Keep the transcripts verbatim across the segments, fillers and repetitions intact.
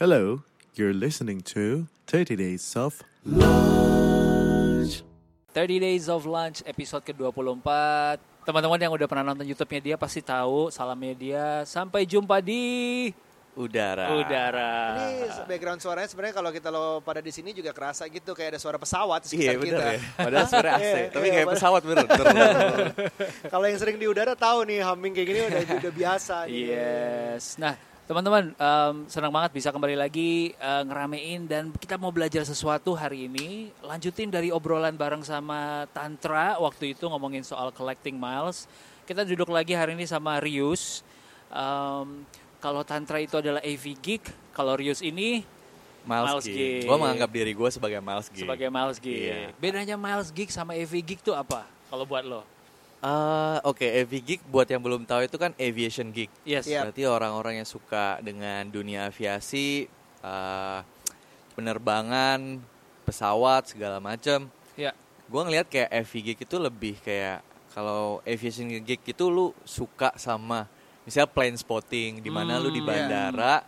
Hello, you're listening to thirty Days of Lunch. thirty Days of Lunch episode ke dua puluh empat. Teman-teman yang udah pernah nonton YouTube-nya dia pasti tahu salamnya dia. Sampai jumpa di Udara. Udara. Ini background suaranya sebenarnya kalau kita lo pada di sini juga kerasa gitu kayak ada suara pesawat di sekitar Iya kita. bener ya. Padahal sebenarnya A C, Iya, tapi iya, kayak padahal- pesawat bener. Kalau yang sering di udara tahu nih humming kayak gini udah udah biasa nih. Yes. Nah, teman-teman, um, senang banget bisa kembali lagi uh, ngeramein dan kita mau belajar sesuatu hari ini. Lanjutin dari obrolan bareng sama Tantra waktu itu ngomongin soal collecting miles. Kita duduk lagi hari ini sama Rius. Um, kalau Tantra itu adalah A V Geek, kalau Rius ini Miles, Miles Geek. Geek. Gue menganggap diri gue sebagai Miles Geek. sebagai Miles Geek. Iya. Bedanya Miles Geek sama A V Geek tuh apa? Kalau buat lo? Uh, Oke, A V Geek buat yang belum tahu itu kan aviation geek. Yes. Iya. Berarti orang-orang yang suka dengan dunia aviasi, uh, penerbangan, pesawat segala macam. Ya. Gue ngelihat kayak A V Geek itu lebih kayak kalau aviation geek itu lu suka sama misalnya plane spotting, di mana Hmm, lu di bandara,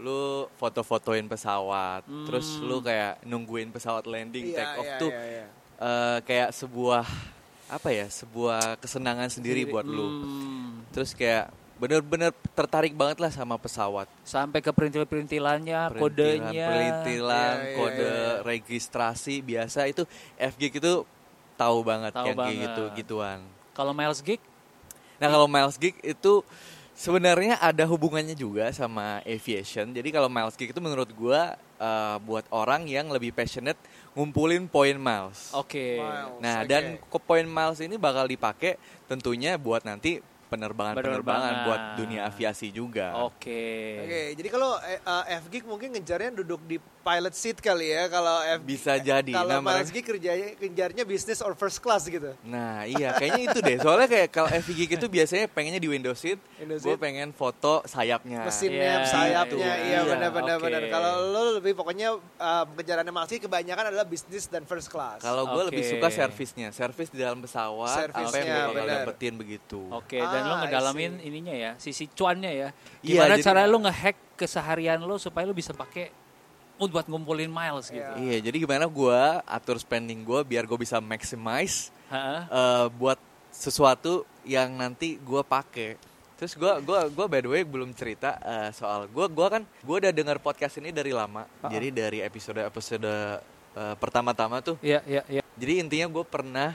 lu foto-fotoin pesawat, Hmm. terus lu kayak nungguin pesawat landing, Iya, take off iya, tuh iya, iya. eh, kayak sebuah apa ya, sebuah kesenangan sendiri buat lu. Hmm. Terus kayak bener-bener tertarik banget lah sama pesawat. Sampai ke perintil-perintilannya, Perintilan, kodenya. perintilan, Iya, iya, kode iya. registrasi biasa itu F Geek itu tahu banget Tahu yang kayak banget. gitu gituan. Kalau Miles Geek? Nah kalau Miles Geek itu sebenarnya ada hubungannya juga sama aviation. Jadi kalau Miles Geek itu menurut gua uh, buat orang yang lebih passionate ngumpulin poin miles. Oke. Miles. Nah Oke. dan ke poin miles ini bakal dipakai tentunya buat nanti penerbangan-penerbangan Penerbangan. buat dunia aviasi juga. Oke. Oke, jadi kalau eh, uh, F Geek mungkin ngejarnya duduk di pilot seat kali ya. Kalau F Bisa jadi. Kalau Nah, Miles mereka- Geek kerjanya kejarnya bisnis or first class gitu. Nah iya kayaknya itu deh. Soalnya kayak kalau F Geek itu biasanya pengennya di window seat. Window Gue seat. pengen foto sayapnya. Mesinnya, Iya, sayapnya, gitu. iya Iya, benar-benar oke. benar. Kalau lo lebih pokoknya uh, kejarannya Miles Geek kebanyakan adalah bisnis dan first class. Kalau gue lebih Oke. suka servisnya. Servis di dalam pesawat. Apa Servisnya, yang gue bakal benar. dapetin begitu. Oke, dan lo Ah, I ngedalamin see. ininya ya, sisi cuannya ya. Iya, Gimana jadi- cara lo ngehack keseharian lo supaya lo bisa pakai buat ngumpulin miles gitu. Iya. Iya, jadi gimana gue atur spending gue biar gue bisa maximize Ha-ha. eh, buat sesuatu yang nanti gue pakai. Terus gue gua gua by the way belum cerita eh, soal gue gua kan gue udah dengar podcast ini dari lama. Jadi dari episode episode eh, pertama-tama tuh. Iya, iya, iya. Jadi intinya gue pernah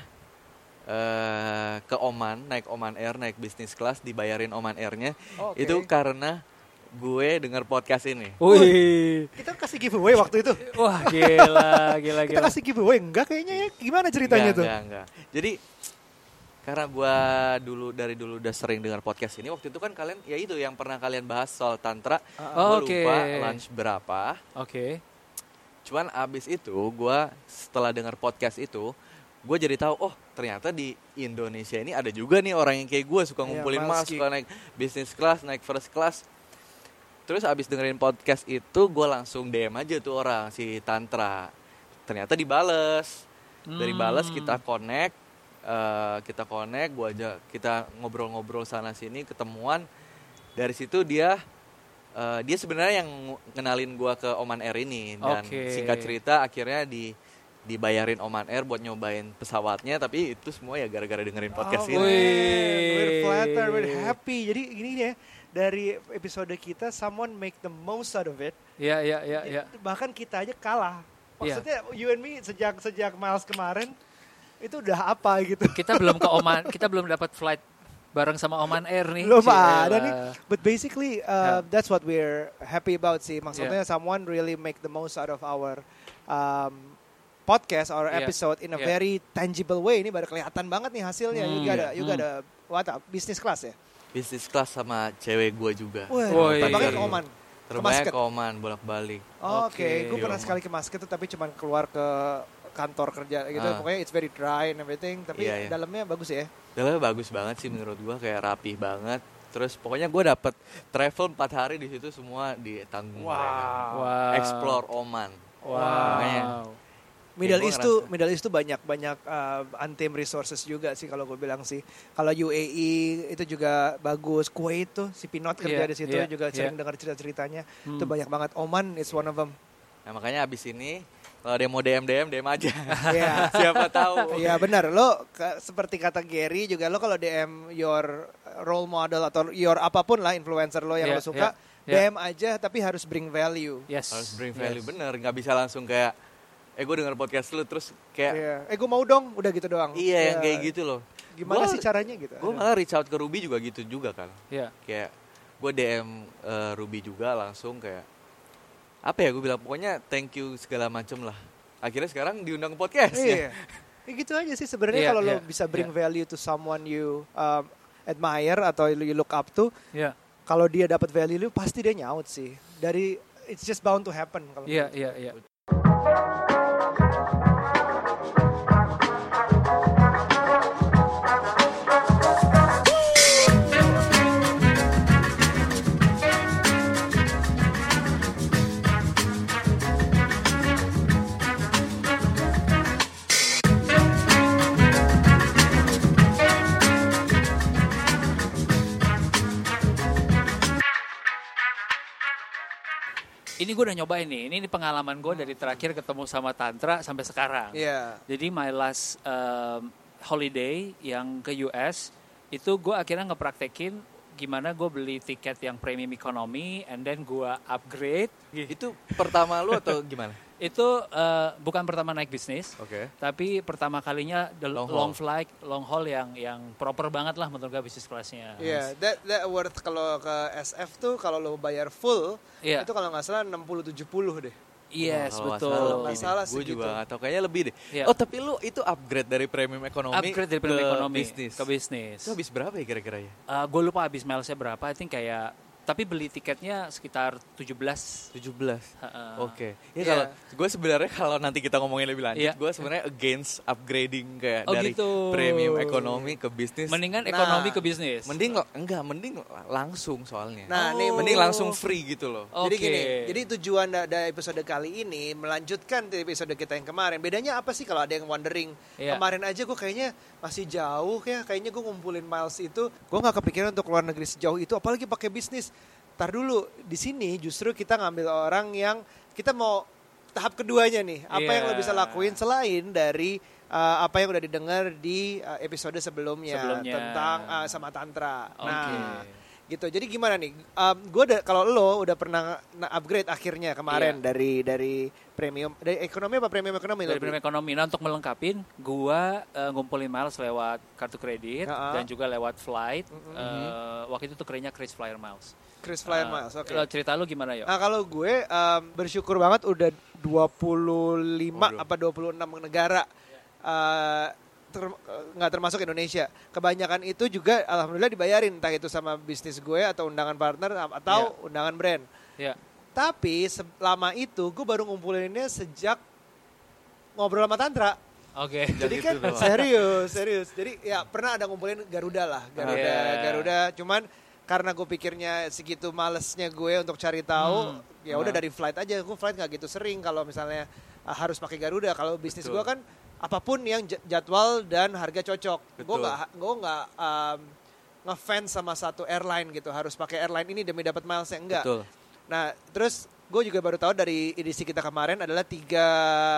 eh, ke Oman, naik Oman Air, naik business class, dibayarin Oman Air-nya. Oke. Itu karena gue dengar podcast ini. Wih. Kita kasih giveaway waktu itu. Wah, gila, gila, Kita gila. kasih giveaway enggak kayaknya ya? Gimana ceritanya Enggak, tuh? enggak, enggak. Jadi karena gue dulu dari dulu udah sering dengar podcast ini, waktu itu kan kalian ya itu yang pernah kalian bahas soal tantra. Oh, Gue oke. lupa lunch berapa. Oke. Cuman abis itu gue setelah dengar podcast itu, gue jadi tahu oh ternyata di Indonesia ini ada juga nih orang yang kayak gue suka Iya, ngumpulin Miles mas, Geek. suka naik business class, naik first class. Terus abis dengerin podcast itu gue langsung D M aja tuh orang si Tantra. Ternyata dibales. Dari Hmm. bales kita connect, eh, kita connect, gue aja kita ngobrol-ngobrol sana sini, ketemuan. Dari situ dia eh, dia sebenarnya yang ngenalin gue ke Oman Air ini dan Oke. singkat cerita akhirnya di dibayarin Oman Air buat nyobain pesawatnya, tapi itu semua ya gara-gara dengerin podcast Oh, ini. Wih. We're flattered, we're happy. Jadi gini ya, dari episode kita, someone make the most out of it. Iya, iya, iya, iya. Bahkan kita aja kalah. Iya. Maksudnya you and me sejak sejak Miles kemarin itu udah apa gitu. Kita belum ke Oman, kita belum dapat flight bareng sama Oman Air nih. Belum Cielah. ada nih. But basically uh, Yeah. that's what we're happy about sih. Maksudnya Yeah. someone really make the most out of our um, podcast or Yeah. episode in a Yeah. very tangible way. Ini baru kelihatan banget nih hasilnya. Hmm, You got a, yeah. you got a what a business class ya? Bisnis kelas sama cewek gue juga. Wah, Woi. terbangnya ke Oman. Terbangnya Masket. ke Oman bolak-balik. Oh, Oke, Oke. gue pernah Iya, sekali ke Masket tuh tapi cuman keluar ke kantor kerja gitu. Ah. Pokoknya it's very dry and everything. Tapi Iya, iya. dalamnya bagus ya. Dalamnya bagus banget sih menurut gue, kayak rapih banget. Terus pokoknya gue dapet travel empat hari di situ semua ditanggung mereka. Wow. Explore Oman. Wow. Makanya Middle gua East tuh ngerasa- Middle East tuh banyak banyak uh, untamed resources juga sih kalau gue bilang sih. Kalau U A E itu juga bagus. Kuwait tuh si Pinot kerja Iya, di situ iya, juga iya. sering dengar cerita-ceritanya. Hmm. Itu banyak banget. Oman is one of them. Nah makanya abis ini kalau ada yang mau D M D M D M aja. Iya. Siapa tahu. Iya benar. Lo ke- seperti kata Gary juga lo kalau D M your role model atau your apapun lah influencer lo yang Iya, lo suka, iya, iya. D M aja tapi harus bring value. Yes. Harus bring value Yes. bener, nggak bisa langsung kayak eh gue denger podcast lu terus kayak Iya. Eh gue mau dong, udah gitu doang. iya yang Iya. kayak gitu loh. Gimana Gua- sih caranya gitu? Gue malah reach out ke Ruby juga gitu juga kan. Iya. Kayak gue D M eh, Ruby juga langsung kayak apa ya gue bilang pokoknya thank you segala macem lah. Akhirnya sekarang diundang ke podcast. Iya. Ya gitu aja sih sebenarnya Iya, kalau lo iya, bisa bring iya. value to someone you um, admire atau you look up to, Iya. kalau dia dapat value lu pasti dia nyaut sih. Dari it's just bound to happen kalau Iya, iya, iya. Ini gue udah nyobain nih. Ini, ini pengalaman gue dari terakhir ketemu sama Tantra sampai sekarang. Iya. Jadi my last um, holiday yang ke U S itu gue akhirnya ngepraktekin gimana gue beli tiket yang premium economy and then gue upgrade. Itu pertama lu atau gimana? Itu uh, bukan pertama naik bisnis, Oke. tapi pertama kalinya the Long long, haul. flight, long haul yang yang proper banget lah menurut gue bisnis kelasnya. Iya, that, that worth kalau ke S F tuh kalau lo bayar full, Iya. itu kalau nggak salah enam puluh tujuh puluh deh. Yes, Kalau nggak betul. salah Kalau nggak lebih salah deh. Gue segitu. juga nggak tahu kayaknya lebih deh. Iya. Oh tapi lu itu upgrade dari premium ekonomi Upgrade dari premium ke economy bisnis. ke bisnis. Itu habis berapa ya kira-kira ya? gue lupa habis milesnya berapa, I think kayak, tapi beli tiketnya sekitar tujuh belas. tujuh belas. Heeh. Oke. Ya Iya. kalau gue sebenarnya kalau nanti kita ngomongin lebih lanjut, Iya. gue sebenarnya against upgrading kayak Oh, dari gitu. premium ekonomi ke bisnis. Mendingan Nah, ekonomi ke bisnis. Mending enggak, mending langsung soalnya. Nah, nih mending Oh. langsung free gitu loh. Jadi Oke. gini, jadi tujuan da- dari episode kali ini melanjutkan dari episode kita yang kemarin. Bedanya apa sih kalau ada yang wondering? Iya. Kemarin aja gue kayaknya masih jauh ya, kayaknya gue ngumpulin miles itu, gue nggak kepikiran untuk keluar negeri sejauh itu, apalagi pakai bisnis. Tar dulu, di sini justru kita ngambil orang yang kita mau tahap keduanya nih. Apa yang lo Iya. bisa lakuin selain dari uh, apa yang udah didengar di uh, episode sebelumnya, Sebelumnya. tentang uh, sama tantra. Oke. Nah, gitu. Jadi gimana nih? Um, gue kalau lo udah pernah na- upgrade akhirnya kemarin Iya. dari dari premium dari ekonomi apa premium ekonomi? Dari lo? premium ekonomi. Nah, untuk melengkapin, gua eh, ngumpulin miles lewat kartu kredit Ha-ha. dan juga lewat flight. Mhm. Eh, waktu itu tuh kerennya Kris Flyer Miles. Chris Flyer Eh, Miles. Oke. lo cerita lu gimana ya? Nah kalau gue um, bersyukur banget udah dua puluh lima Waduh. apa dua puluh enam negara uh, ter- nggak termasuk Indonesia. Kebanyakan itu juga alhamdulillah dibayarin, entah itu sama bisnis gue atau undangan partner atau undangan brand. Ya. Tapi selama itu gue baru ngumpulinnya sejak ngobrol sama Tantra. Oke. Jadi gitu kan doang. serius, serius. Jadi ya pernah ada ngumpulin Garuda lah, Garuda, Yeah. Garuda. Cuman karena gue pikirnya segitu malesnya gue untuk cari tahu, Hmm. ya udah dari flight aja. Gue flight nggak gitu sering kalau misalnya uh, harus pakai Garuda. Kalau bisnis Betul. gue kan apapun yang j- jadwal dan harga cocok. Gue Betul. nggak, gue nggak um, ngefans sama satu airline gitu. Harus pakai airline ini demi dapat milesnya enggak. Betul. Nah, terus gue juga baru tahu dari edisi kita kemarin adalah tiga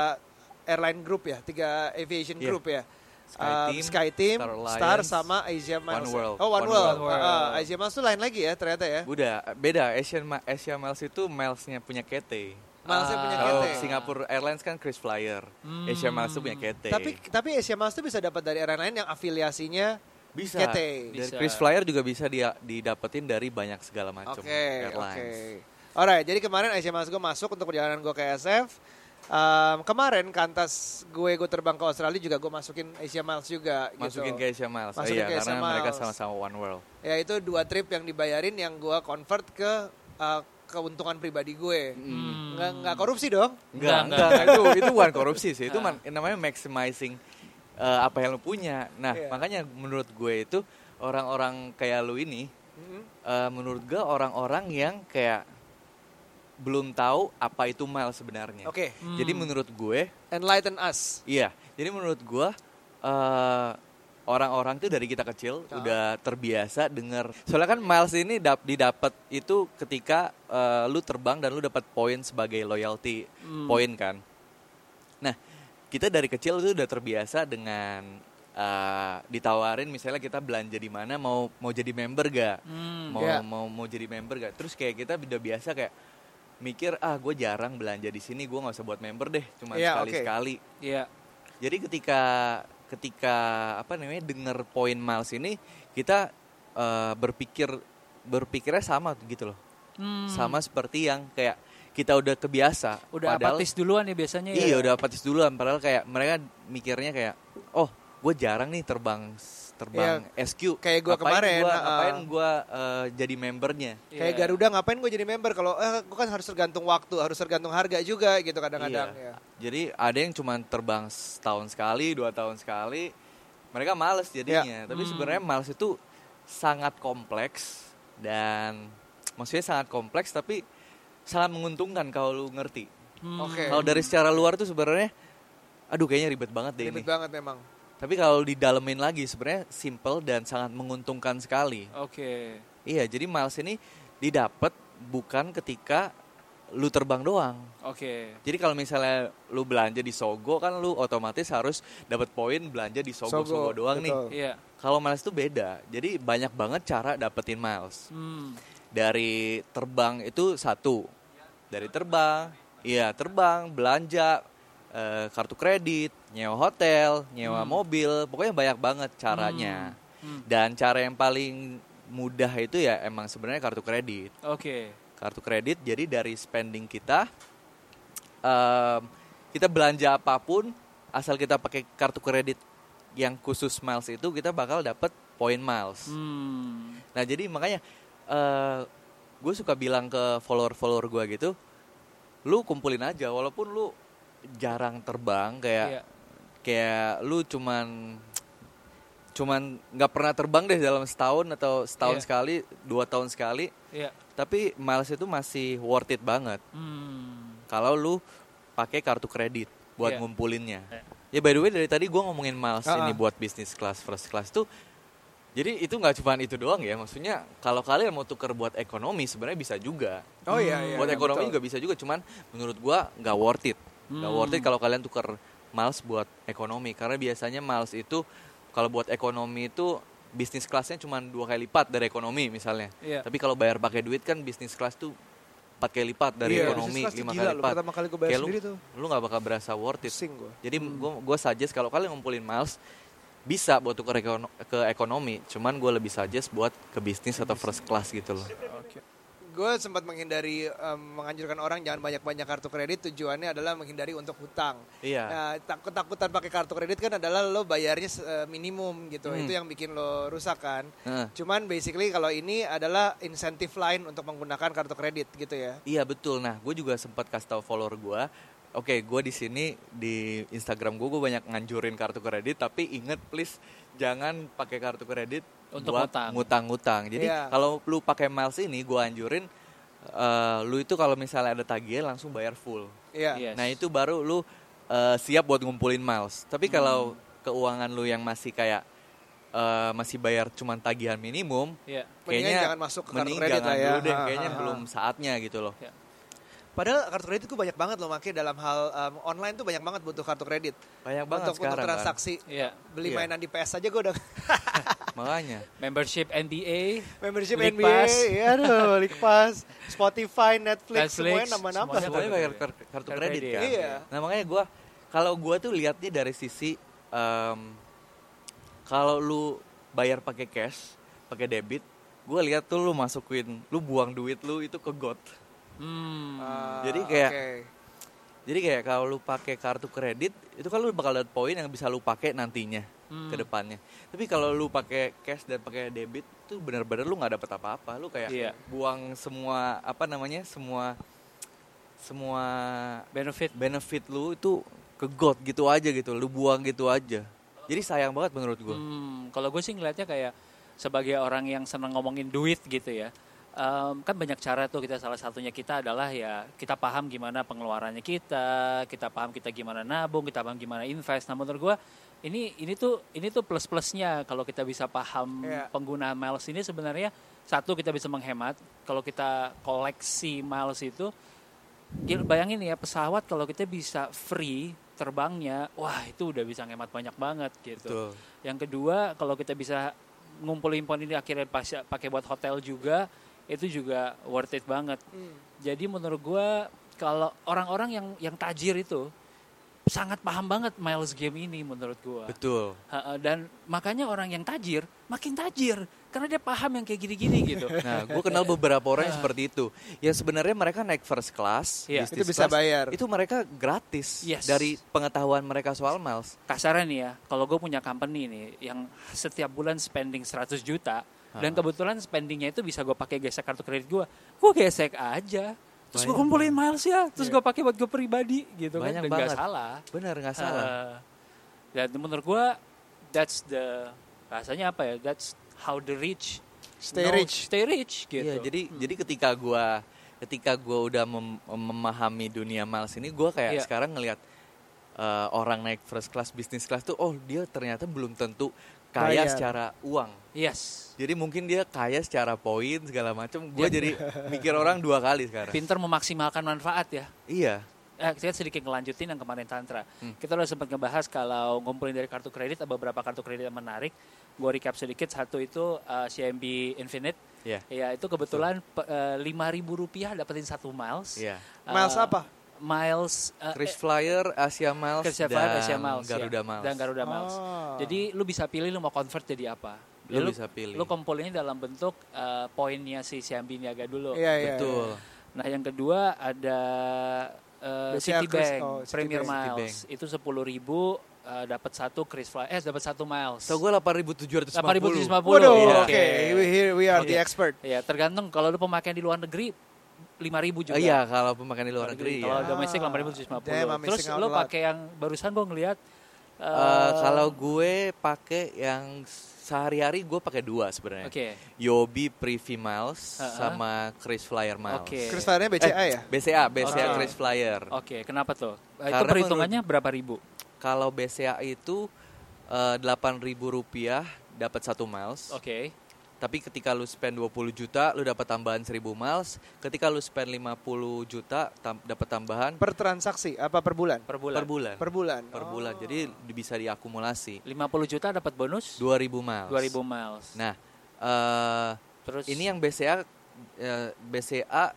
airline group ya, tiga aviation Iya. group ya. Sky Um, Team, Sky Team, Star Star, Alliance, sama Asia Miles. One World. Oh, One, One World. World. Ah, Asia Miles tuh lain lagi ya ternyata ya. Udah beda. Asian Ma- Asia Miles itu milesnya punya Cathay. Milesnya Ah. punya Kalau Cathay. Singapore Airlines kan Kris Flyer. Hmm. Asia Miles itu punya Cathay. Tapi tapi Asia Miles tuh bisa dapat dari airline lain yang afiliasinya bisa. Cathay. Dari Bisa. Kris Flyer juga bisa dia didapetin dari banyak segala macam Oke, oke. airlines. Alright, jadi kemarin Asia Miles gue masuk untuk perjalanan gue ke S F. Um, kemarin kantas gue gue terbang ke Australia juga gue masukin Asia Miles juga Masukin gitu. ke Asia Miles. Oh Masukin iya, ke Asia karena mereka Miles. sama-sama One World. Ya itu dua trip yang dibayarin yang gue convert ke uh, keuntungan pribadi gue. Hmm. Nggak, nggak korupsi dong. Enggak, Enggak, enggak, itu itu bukan korupsi sih. Itu Ah. man- namanya maximizing eh, apa yang lu punya. Nah, Iya. makanya menurut gue itu orang-orang kayak lu ini Mhm. eh, menurut gue orang-orang yang kayak belum tahu apa itu miles sebenarnya. Oke. Hmm. Jadi menurut gue, Enlighten us. iya. Jadi menurut gue uh, orang-orang tuh dari kita kecil Ah. udah terbiasa dengar. Soalnya kan miles ini dap- didapat itu ketika uh, lu terbang dan lu dapat poin sebagai loyalty Hmm. poin kan. Nah, kita dari kecil tuh udah terbiasa dengan uh, ditawarin misalnya kita belanja di mana, mau mau jadi member gak? Hmm. mau Ya. mau mau jadi member gak? Terus kayak kita udah biasa kayak mikir ah gue jarang belanja di sini, gue nggak usah buat member deh, cuma Iya, sekali oke. sekali. Iya. Jadi ketika ketika apa namanya denger poin miles ini, kita uh, berpikir berpikirnya sama gitu loh, Hmm. sama seperti yang kayak kita udah kebiasa. Udah Padahal- apatis duluan ya biasanya ya. Iya udah apatis duluan, padahal kayak mereka mikirnya kayak oh gue jarang nih terbang terbang S Q. kayak gua Ngapain kemarin, gua, uh-uh. ngapain gue jadi membernya. Iya. Kayak Garuda ngapain gue jadi member kalau eh, gue kan harus tergantung waktu, harus tergantung harga juga gitu kadang-kadang Iya. ya. Jadi ada yang cuma terbang setahun sekali, dua tahun sekali, mereka males jadinya. Tapi Hmm. sebenarnya males itu sangat kompleks dan maksudnya sangat kompleks tapi sangat menguntungkan kalau lu ngerti. Hmm. Oke. Kalau dari secara luar tuh sebenarnya, aduh kayaknya ribet banget deh Ribet ini. banget memang. Tapi kalau didalemin lagi sebenarnya simple dan sangat menguntungkan sekali. Oke. Iya, jadi miles ini didapat bukan ketika lu terbang doang. Oke. Jadi kalau misalnya lu belanja di Sogo kan lu otomatis harus dapat poin belanja di Sogo Sogo, doang betul. nih. Iya. Kalau miles itu beda. Jadi banyak banget cara dapetin miles. Hmm. Dari terbang itu satu. Dari terbang, iya terbang, belanja, eh, kartu kredit, nyewa hotel, nyewa Hmm. mobil, pokoknya banyak banget caranya. Hmm. Dan cara yang paling mudah itu ya emang sebenarnya kartu kredit. Oke. Kartu kredit jadi dari spending kita, em, kita belanja apapun asal kita pakai kartu kredit yang khusus miles itu kita bakal dapet poin miles. Hmm. Nah jadi makanya uh, gue suka bilang ke follower-follower gue gitu, lu kumpulin aja walaupun lu jarang terbang kayak Iya. kayak lu cuman cuman nggak pernah terbang deh dalam setahun atau setahun Iya. sekali, dua tahun sekali, Iya. tapi miles itu masih worth it banget Hmm. kalau lu pakai kartu kredit buat Iya. ngumpulinnya. Iya. Ya by the way dari tadi gue ngomongin miles Ah, ini ah. buat business class, first class tuh. Jadi itu nggak cuma itu doang ya, maksudnya kalau kalian mau tuker buat ekonomi sebenarnya bisa juga. Oh iya iya. buat iya, ekonomi betul. juga bisa juga, cuman menurut gue nggak worth it. Nggak Hmm. worth it kalau kalian tuker miles buat ekonomi, karena biasanya miles itu kalau buat ekonomi itu bisnis kelasnya cuma dua kali lipat dari ekonomi misalnya. Iya. Tapi kalau bayar pakai duit kan bisnis kelas tuh empat kali lipat dari Iya, ekonomi, bisnis kelas tuh lima gila kali loh, lipat. pertama kali gue bayar Kayak lu- sendiri tuh. Lu nggak bakal berasa worth it. Pusing gue. Jadi Hmm. gue gue suggest kalau kalian ngumpulin miles bisa buat tuker ekono- ke ekonomi, cuman gue lebih suggest buat ke bisnis atau first class gitu loh. Gue sempat menghindari em, menganjurkan orang jangan banyak-banyak kartu kredit, tujuannya adalah menghindari untuk hutang. Iya. Nah, tak- ketakutan pakai kartu kredit kan adalah lo bayarnya eh, minimum gitu. Hmm. Itu yang bikin lo rusak kan. Heeh. Cuman basically kalau ini adalah insentif lain untuk menggunakan kartu kredit gitu ya. Iya betul. Nah, gue juga sempat kasih tahu follower gue. Oke, gue di sini di Instagram gue gue banyak nganjurin kartu kredit, tapi inget please jangan pakai kartu kredit Untuk buat ngutang. ngutang-ngutang. Jadi Iya. kalau lu pakai miles ini, gue anjurin eh, lu itu kalau misalnya ada tagihan langsung bayar full. Iya. Yes. Nah itu baru lu eh, siap buat ngumpulin miles. Tapi kalau keuangan lu yang masih kayak eh, masih bayar cuman tagihan minimum, Iya. Mendingan kayaknya jangan masuk ke kartu mending kredit jangan lah ya. dulu deh. Ha, Kayaknya ha, ha. belum saatnya gitu loh. Padahal kartu kredit gue banyak banget loh makanya dalam hal em, online tuh banyak banget butuh kartu kredit. Banyak banget untuk, untuk sekarang kan. transaksi. Iya. Beli Iya. mainan di P S aja gue udah Makanya. Membership N B A. membership League N B A, Pass. ya aduh, League Pass, Spotify, Netflix, Netflix, semuanya nambah-nambah. semuanya Semuanya pakai kredit. kar- kartu Kartu kredit kredit. kan. Iya. Nah makanya gue, kalau gue tuh lihatnya dari sisi em, kalau lu bayar pakai cash, pakai debit, gue lihat tuh lu masukin, lu buang duit lu itu ke got. Hmm. Ah, Jadi kayak- oke. Jadi kayak kalau lu pakai kartu kredit, itu kan lu bakal dapat poin yang bisa lu pakai nantinya Hmm. ke depannya. Tapi kalau lu pakai cash dan pakai debit, tuh benar-benar lu nggak dapat apa-apa. Lu kayak Iya. buang semua apa namanya semua semua Benefit. benefit lu itu ke got gitu aja gitu, lu buang gitu aja. Jadi sayang banget menurut gue. Hmm, kalau gue sih ngeliatnya kayak sebagai orang yang senang ngomongin duit gitu ya. Um, kan banyak cara tuh, kita salah satunya kita adalah ya kita paham gimana pengeluarannya kita, kita paham kita gimana nabung, kita paham gimana invest. Nah menurut gue ini ini tuh ini tuh plus plusnya kalau kita bisa paham Yeah. penggunaan miles ini sebenarnya satu kita bisa menghemat. Kalau kita koleksi miles itu, ya bayangin ya pesawat kalau kita bisa free terbangnya, wah itu udah bisa ngemat banyak banget gitu. Betul. Yang kedua kalau kita bisa ngumpulin poin ini akhirnya pas- pakai buat hotel juga, itu juga worth it banget. Hmm. Jadi menurut gue kalau orang-orang yang yang tajir itu sangat paham banget miles game ini menurut gue. Betul. Dan makanya orang yang tajir makin tajir karena dia paham yang kayak gini-gini gitu. Nah, gue kenal beberapa orang yang seperti itu. Yang sebenarnya mereka naik first class, Iya. business Itu bisa class, bayar. Itu mereka gratis Yes. dari pengetahuan mereka soal miles. Kasarnya nih ya, kalau gue punya company nih yang setiap bulan spending seratus juta dan kebetulan spendingnya itu bisa gue pakai gesek kartu kredit gue, gue gesek aja. Terus gue Banyak kumpulin miles ya, terus gue pakai buat gue pribadi gitu Banyak kan, dan banget. gak salah. Benar, nggak salah. Uh, dan menurut gue, that's the rasanya apa ya? That's how the rich Stay know- rich. stay rich gitu. Iya, jadi jadi ketika gua ketika gua udah mem- memahami dunia miles ini, gua kayak Iya. sekarang ngelihat uh, orang naik first class, business class tuh, oh dia ternyata belum tentu kaya Bayar. secara uang. Yes, Jadi mungkin dia kaya secara poin segala macam. Gua jadi mikir orang dua kali sekarang. pinter memaksimalkan manfaat ya. Iya. Eh, saya sedikit ngelanjutin yang kemarin Tantra. Hmm. Kita udah sempat ngebahas kalau ngumpulin dari kartu kredit, ada beberapa kartu kredit yang menarik. Gue recap sedikit, satu itu uh, C M B Infinite. Iya. Ya itu kebetulan lima ribu rupiah dapetin satu miles. Iya. Uh, Miles apa? Miles uh, Kris Flyer, Asia Miles, Kris dan Flyer, Asia Miles, Garuda ya. Miles. Dan Garuda Miles. Oh. Jadi lu bisa pilih lu mau convert jadi apa. Lu Ya, bisa pilih. Lu kumpulinnya dalam bentuk uh, poinnya si C M B Niaga dulu. Iya, iya. Betul. Nah yang kedua ada uh, B C A Kris- Citibank oh, Premier Citibank. Miles. Itu sepuluh ribu uh, dapat satu Kris Flyer, eh dapat satu miles. So gue delapan ribu tujuh ratus lima delapan ribu puluh. tujuh ratus lima puluh. Waduh, Iya. oke. We here we are Oke. the expert. Ya tergantung kalau lu pemakaian di luar negeri lima ribu juga. Oh iya, kalau pemakaian di luar negeri Kalau ya. domestik delapan ribu tujuh ratus lima puluh. Damn, I'm Terus missing out lu a lot. pakai yang barusan gue ngelihat uh, Eh, kalau gue pakai yang sehari-hari gue pakai dua sebenarnya. Oke. Yobi Privy Miles Uh-uh. sama Kris Flyer Miles. Oke. Kris Flyernya B C A Eh, ya? B C A, B C A Oke. Kris Flyer. Oke, kenapa tuh? Eh, itu Karena perhitungannya berapa ribu? Kalau B C A itu eh, delapan ribu rupiah dapat satu miles. Oke. Tapi ketika lu spend dua puluh juta, lu dapat tambahan seribu miles. Ketika lu spend lima puluh juta, tam- dapat tambahan Per transaksi apa per bulan? Per bulan. per bulan. Per bulan. Per Oh. bulan. Jadi di- bisa diakumulasi lima puluh juta dapat bonus dua ribu miles. dua ribu miles. Nah, eh Terus ini yang B C A eh, B C A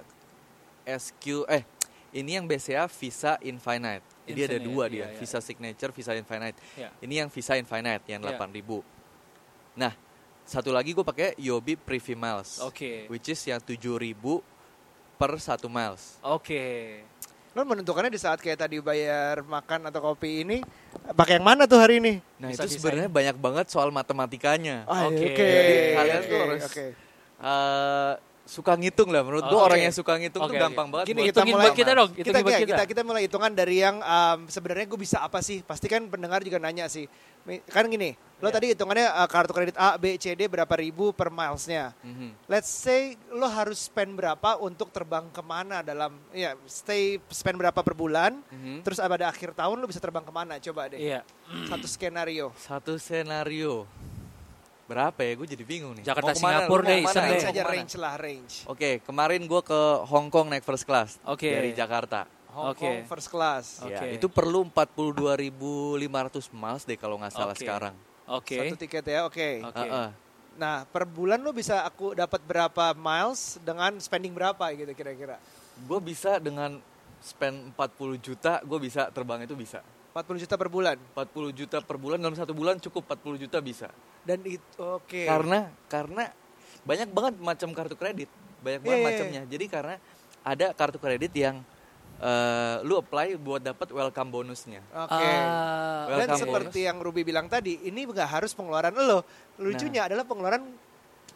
S Q eh ini yang B C A Visa Infinite. Jadi ada Infinite, dua iya, dia, iya. Visa Signature, Visa Infinite. Ya. Ini yang Visa Infinite yang Iya. delapan ribu. Nah, satu lagi gue pakai Yobi Privy Miles. Oke. Which is yang tujuh ribu per satu miles. Oke. Lo menentukannya di saat kayak tadi bayar makan atau kopi ini pakai yang mana tuh hari ini? Nah, Bisa itu sebenarnya banyak banget soal matematikanya. Ah, Oke. Oke. Jadi kalian Oke, tuh harus oke. eh, suka ngitung lah menurut gue. Oke. Orang yang suka ngitung Oke, tuh oke. gampang banget. Gini, buat kita Hitungin mulai buat kita dong, Kita, hitungin buat kita, kita. kita kita mulai hitungan dari yang um, sebenarnya gue bisa apa sih? Pasti kan pendengar juga nanya sih. Mi- Kan gini, lo Iya. tadi hitungannya uh, kartu kredit A, B, C, D berapa ribu per milesnya. Mhm. Let's say lo harus spend berapa untuk terbang kemana dalam, ya stay spend berapa per bulan. Mhm. Terus pada akhir tahun lo bisa terbang kemana? Coba deh. Iya. Satu skenario. Satu senario. Berapa ya? Gue jadi bingung nih. Jakarta, Mau kemana? Singapura Lu mau deh, kemana? iseng Range deh. Mau aja, kemana? range lah, range. Oke, kemarin gue ke Hong Kong naik first class. Oke. Dari Jakarta. Hong Oke. Kong first class. Oke. Ya, itu perlu empat puluh dua ribu lima ratus miles deh kalau nggak salah Oke. sekarang. Oke. Satu tiket ya, oke. Oke. Heeh. Nah, per bulan lo bisa aku dapat berapa miles dengan spending berapa gitu kira-kira? Gue bisa dengan spend empat puluh juta, gue bisa terbang itu bisa. empat puluh juta per bulan. empat puluh juta per bulan dalam satu bulan cukup empat puluh juta bisa. Dan itu oke. Karena karena banyak banget macam kartu kredit, banyak banget Iya, iya, macamnya. Jadi karena ada kartu kredit yang eh, lu apply buat dapat welcome bonusnya. Oke. Ah, Dan welcome seperti bonus. yang Ruby bilang tadi, ini nggak harus pengeluaran lo. Lucunya Nah. adalah pengeluaran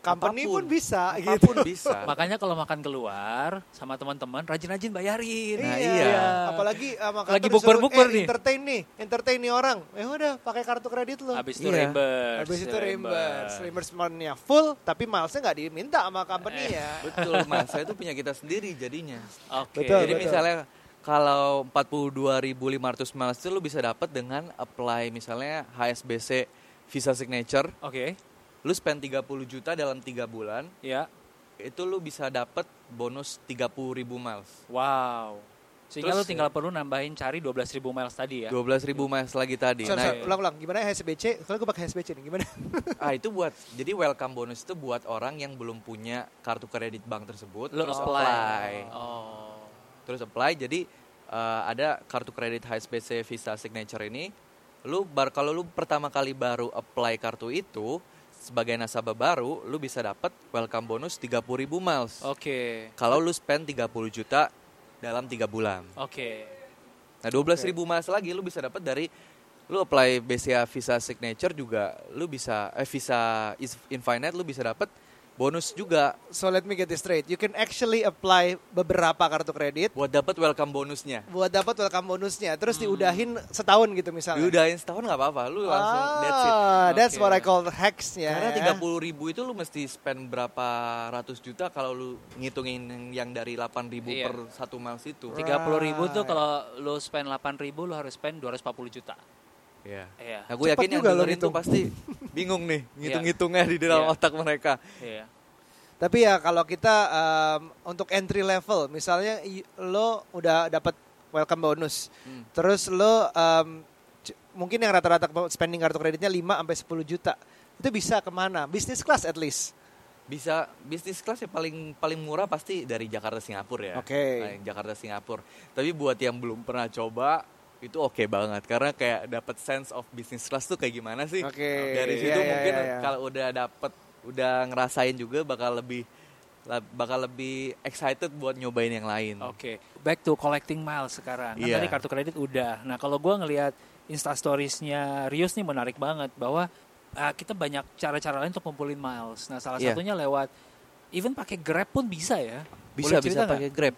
company apapun. pun bisa gitu. Apapun bisa. Makanya kalau makan keluar sama teman-teman rajin-rajin bayarin. Nah, iya. iya. Apalagi uh, makan Lagi terus bukber-bukber suruh, eh, nih. entertain nih, entertain nih orang. Ya udah pakai kartu kredit lo. Habis itu Iya. reimburse. Habis itu reimburse, reimbursement-nya full, tapi milesnya nggak diminta sama company Eh. ya. Betul, Mas. Saya itu punya kita sendiri jadinya. Oke. Betul, Jadi misalnya kalau empat puluh dua ribu lima ratus miles itu lu bisa dapat dengan apply misalnya H S B C Visa Signature. Oke. Lu spend tiga puluh juta dalam tiga bulan, Ya. itu lu bisa dapat bonus tiga puluh ribu miles. Wow. Sehingga Terus, lu tinggal perlu nambahin cari dua belas ribu miles tadi ya. dua belas ribu miles lagi tadi. Sorry, Nah, sorry, ulang-ulang. Gimana H S B C? Kalau gue pakai H S B C nih, gimana? ah itu buat jadi welcome bonus itu buat orang yang belum punya kartu kredit bank tersebut, Lu terus apply. apply. Oh. Terus apply jadi eh, ada kartu kredit H S B C Visa Signature ini. Lu bar kalau lu pertama kali baru apply kartu itu sebagai nasabah baru, lu bisa dapat welcome bonus tiga puluh ribu miles. Oke. Kalau lu spend tiga puluh juta dalam tiga bulan. Oke. Nah, dua belas ribu miles lagi lu bisa dapat dari lu apply B C A Visa Signature juga, lu bisa eh Visa Infinite lu bisa dapat bonus juga So let me get this straight. You can actually apply beberapa kartu kredit buat dapat welcome bonusnya. buat dapat welcome bonusnya, terus diudahin setahun gitu misalnya. Diudahin setahun nggak apa-apa, lu langsung that's it. Ah, that's Oke. what I call hacks ya. Karena tiga puluh ribu itu lu mesti spend berapa ratus juta kalau lu ngitungin yang dari delapan ribu Iya. per satu miles itu. tiga puluh ribu tuh Right. kalau lu spend delapan ribu lu harus spend dua ratus empat puluh juta. Iya. Iya. Nah, gue Cepet yakin yang juga lo dengerin tuh ngitung. pasti bingung nih ngitung-ngitungnya di dalam Iya. otak mereka. Iya. Tapi ya kalau kita um, untuk entry level, misalnya y- lo udah dapat welcome bonus, Hmm. terus lo um, c- mungkin yang rata-rata spending kartu kreditnya lima sampai sepuluh juta, itu bisa kemana? Business class at least. Bisa bisnis kelas ya paling paling murah pasti dari Jakarta Singapura ya. Oke. Nah, Jakarta Singapura. Tapi buat yang belum pernah coba itu oke banget karena kayak dapat sense of business class tuh kayak gimana sih. Oke. Dari situ Iya, iya, mungkin iya, iya. kalau udah dapet udah ngerasain juga bakal lebih la- bakal lebih excited buat nyobain yang lain. Oke, back to collecting miles sekarang. Kan Iya. tadi kartu kredit udah. Nah, kalau gua ngelihat Insta Stories-nya Rios nih menarik banget bahwa ah, kita banyak cara-cara lain untuk ngumpulin miles. Nah, salah Iya. satunya lewat even pakai Grab pun bisa ya. Bisa Boleh bisa cerita pakai Grab.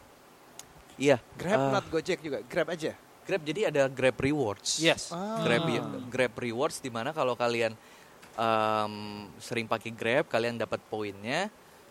Iya. Grab eh, not Gojek juga, Grab aja. Grab jadi ada Grab Rewards. Yes. Ah. Grab Grab Rewards di mana kalau kalian em, sering pakai Grab, kalian dapat poinnya.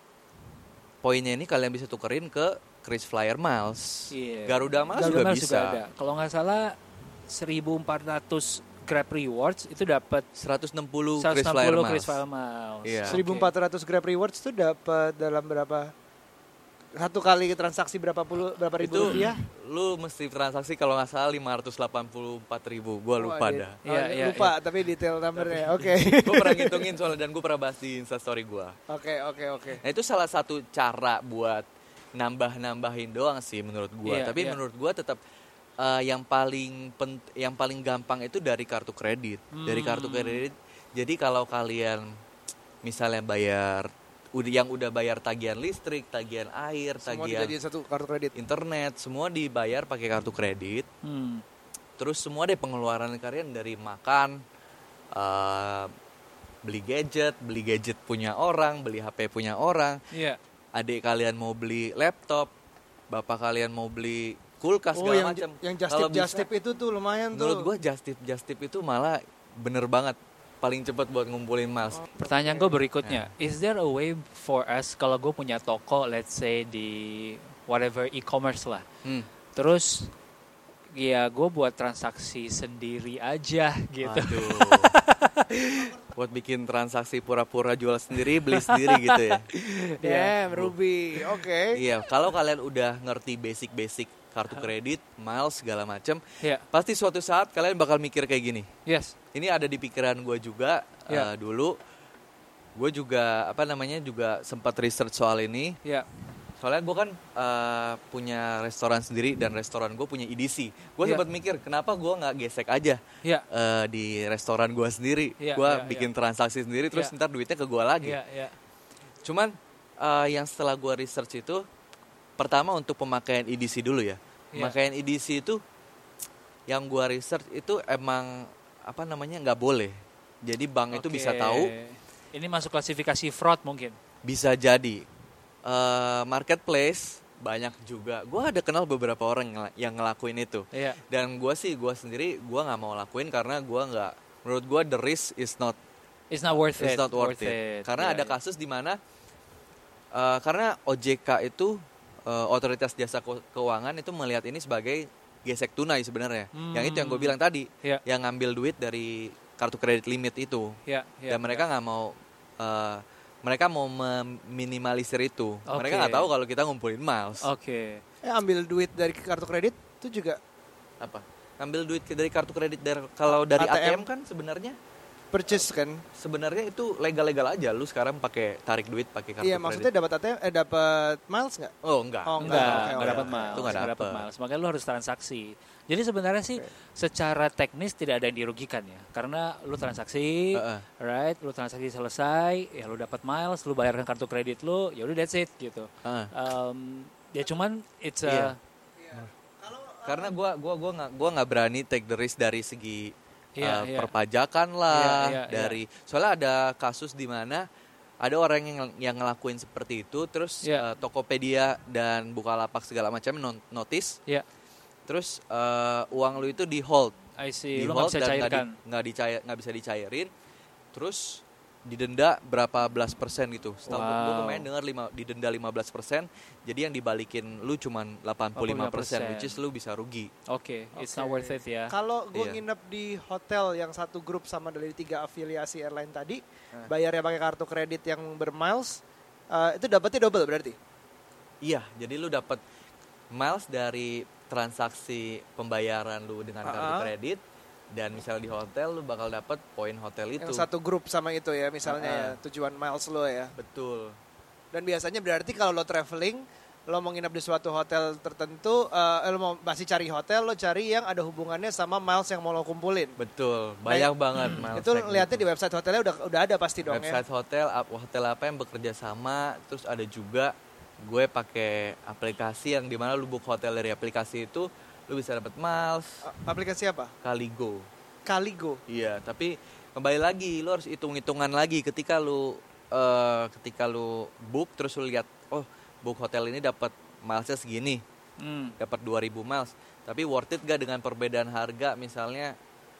Poinnya ini kalian bisa tukerin ke KrisFlyer Miles. Iya. Garuda Miles Garuda juga Miles bisa. ada. Kalau nggak salah seribu empat ratus Grab Rewards itu dapat seratus enam puluh seratus enam KrisFlyer puluh Miles. KrisFlyer Miles. Iya. seribu empat ratus Grab Rewards itu dapat dalam berapa? Satu kali transaksi berapa puluh berapa ribu Itu rupiah? lu mesti transaksi kalau nggak salah lima ratus delapan puluh empat ribu. Gua lupa Wah, di- dah. oh, Iya, iya, lupa, tapi detail numbernya. Oke. Gue pernah ngitungin soalnya dan gue pernah bahas di Instastory gue. Oke, oke, oke. Nah itu salah satu cara buat nambah-nambahin doang sih menurut gue. Iya, Tapi iya. menurut gue tetap eh, yang paling pent- yang paling gampang itu dari kartu kredit. Dari kartu Hmm. kredit. Jadi kalau kalian misalnya bayar udah yang udah bayar tagihan listrik, tagihan air, Semua tagihan dijadiin satu kartu kredit. internet, semua dibayar pakai kartu kredit. Hmm. Terus semua deh pengeluaran kalian dari makan, eh, beli gadget, beli gadget punya orang, beli H P punya orang, Iya. adik kalian mau beli laptop, bapak kalian mau beli kulkas Oh, segala yang macam. yang just Kalau tip just bisa, tip itu tuh lumayan tuh. menurut gue just tip just tip itu malah bener banget paling cepat buat ngumpulin miles. Pertanyaan gue berikutnya, is there a way for us kalau gue punya toko, let's say di whatever e-commerce lah, Hmm. terus ya gue buat transaksi sendiri aja gitu. Aduh. Buat bikin transaksi pura-pura jual sendiri, beli sendiri gitu ya. Damn, Ruby. Oke. Iya, kalau kalian udah ngerti basic-basic kartu kredit, miles segala macam, Iya. pasti suatu saat kalian bakal mikir kayak gini. Yes. Ini ada di pikiran gue juga Ya. eh, dulu. Gue juga apa namanya juga sempat research soal ini. Ya. Soalnya gue kan eh, punya restoran sendiri dan restoran gue punya E D C. Gue Ya. sempat mikir kenapa gue nggak gesek aja Ya. eh, di restoran gue sendiri. Ya, Gue ya, bikin transaksi sendiri terus Ya. ntar duitnya ke gue lagi. Ya. Ya. Cuman eh, yang setelah gue research itu pertama untuk pemakaian E D C dulu ya. Ya. Pemakaian E D C itu yang gue research itu emang apa namanya nggak boleh. Jadi bank itu bisa Oke. tahu Ini masuk klasifikasi fraud mungkin. Bisa jadi. Uh, marketplace banyak juga. Gue ada kenal beberapa orang yang, yang ngelakuin itu. Iya. Dan gue sih, gue sendiri, gue nggak mau lakuin karena gue nggak. Menurut gue the risk is not. It's not worth It's it. not worth, it. Karena yeah, ada yeah. kasus di mana uh, karena O J K itu uh, otoritas jasa ke- keuangan itu melihat ini sebagai gesek tunai sebenarnya. Hmm. Yang itu yang gue bilang tadi, Yeah. yang ngambil duit dari kartu kredit limit itu. Yeah, yeah, Dan mereka nggak yeah. mau uh, mereka mau meminimalisir itu. Okay. Mereka nggak tahu kalau kita ngumpulin miles. Oke. Eh, ambil duit dari kartu kredit itu juga Apa? Ngambil duit ke- dari kartu kredit dari kalau dari A T M? A T M kan sebenarnya purchase kan? sebenarnya itu legal-legal aja. Lu sekarang pakai tarik duit pakai kartu Iya, kredit. maksudnya dapat A T M, eh dapat miles nggak? Oh, enggak. Oh, Enggak, Oke, enggak oke, dapat oke. miles. Itu nggak nggak dapat dapet. miles. Makanya lu harus transaksi. Jadi sebenarnya sih secara teknis tidak ada yang dirugikan ya. Karena lu transaksi, Heeh. right? Lu transaksi selesai, ya lu dapat miles, lu bayarkan kartu kredit lu, ya udah that's it gitu. Heeh. Um, ya cuman it's a Iya. Karena gua gua gua nggak gua nggak berani take the risk dari segi Iya, uh, iya. perpajakan lah, Iya, iya, dari soalnya ada kasus di mana ada orang yang yang ngelakuin seperti itu, terus Iya. uh, Tokopedia dan Bukalapak segala macam non- notice, ya, terus uh, uang lu itu di hold, I see. di Lu nggak hold bisa dan nggak di- cairkan. nggak dicair nggak bisa dicairin, terus didenda berapa belas persen gitu. Setahu gua- gua Wow. kemarin dengar lima, didenda lima belas persen, jadi yang dibalikin lu cuman delapan puluh lima persen, which is lu bisa rugi. Oke, it's Oke. not worth it ya. Kalau gue Iya. nginep di hotel yang satu grup sama dari tiga afiliasi airline tadi, Eh. bayarnya pakai kartu kredit yang bermiles, eh, itu dapatnya double berarti? Iya, jadi lu dapat miles dari transaksi pembayaran lu dengan kartu Ah. kredit, dan misalnya di hotel lu bakal dapat poin hotel itu. Yang satu grup sama itu ya, misalnya Ah, ah. ya, tujuan miles lo ya. Betul. Dan biasanya berarti kalau lo traveling, lo mau nginep di suatu hotel tertentu, eh, lo mau masih cari hotel, lo cari yang ada hubungannya sama miles yang mau lo kumpulin. Betul. Banyak Nah, banget miles. Itu track lihatnya gitu. di website hotelnya udah udah ada pasti dong Website hotel, ap- hotel apa yang bekerja sama, terus ada juga gue pakai aplikasi yang dimana lu book hotel dari aplikasi itu, lu bisa dapat miles. ya. A- Aplikasi apa? Kaligo. Kaligo. Iya, tapi kembali lagi lu harus hitung-hitungan lagi ketika lu eh, ketika lu book terus lu lihat, oh book hotel ini dapat milesnya segini, Hmm. dapat dua ribu miles, tapi worth it gak dengan perbedaan harga misalnya?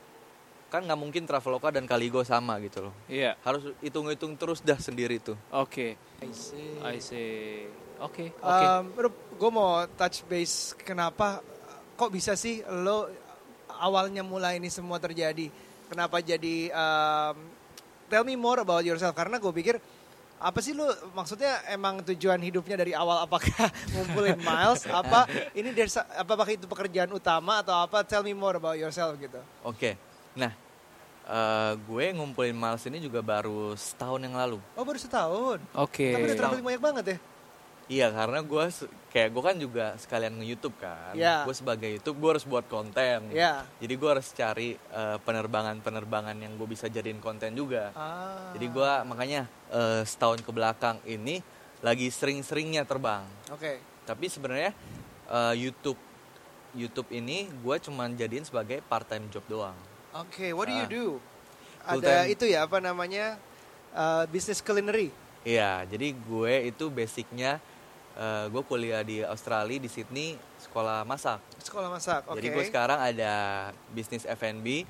Kan nggak mungkin Traveloka dan Kaligo sama gitu loh. Iya. Harus hitung-hitung terus dah sendiri tuh. Oke. I see. I see. Oke, oke. Gue mau touch base kenapa kok bisa sih lo awalnya mulai ini semua terjadi? Kenapa jadi um, tell me more about yourself? Karena gue pikir apa sih lo maksudnya emang tujuan hidupnya dari awal apakah ngumpulin miles apa ini dari apakah itu pekerjaan utama atau apa? Tell me more about yourself gitu. Oke, nah eh, gue ngumpulin miles ini juga baru setahun yang lalu. Oh baru setahun. Oke. Tapi udah traveling banyak banget ya. Iya, karena gue se- kayak gue kan juga sekalian nge-YouTube kan. Iya. Gue sebagai YouTube gue harus buat konten. Iya. Jadi gue harus cari eh, penerbangan-penerbangan yang gue bisa jadiin konten juga. Ah. Jadi gue makanya eh, setahun ke belakang ini lagi sering-seringnya terbang. Oke. Tapi sebenarnya eh, YouTube YouTube ini gue cuman jadiin sebagai part time job doang. Oke, what do you Ah. do? Full Ada time. itu ya apa namanya uh, bisnis culinary. Iya, jadi gue itu basicnya eh, gue kuliah di Australia di Sydney, sekolah masak. Sekolah masak. Oke. Jadi gue sekarang ada bisnis F and B,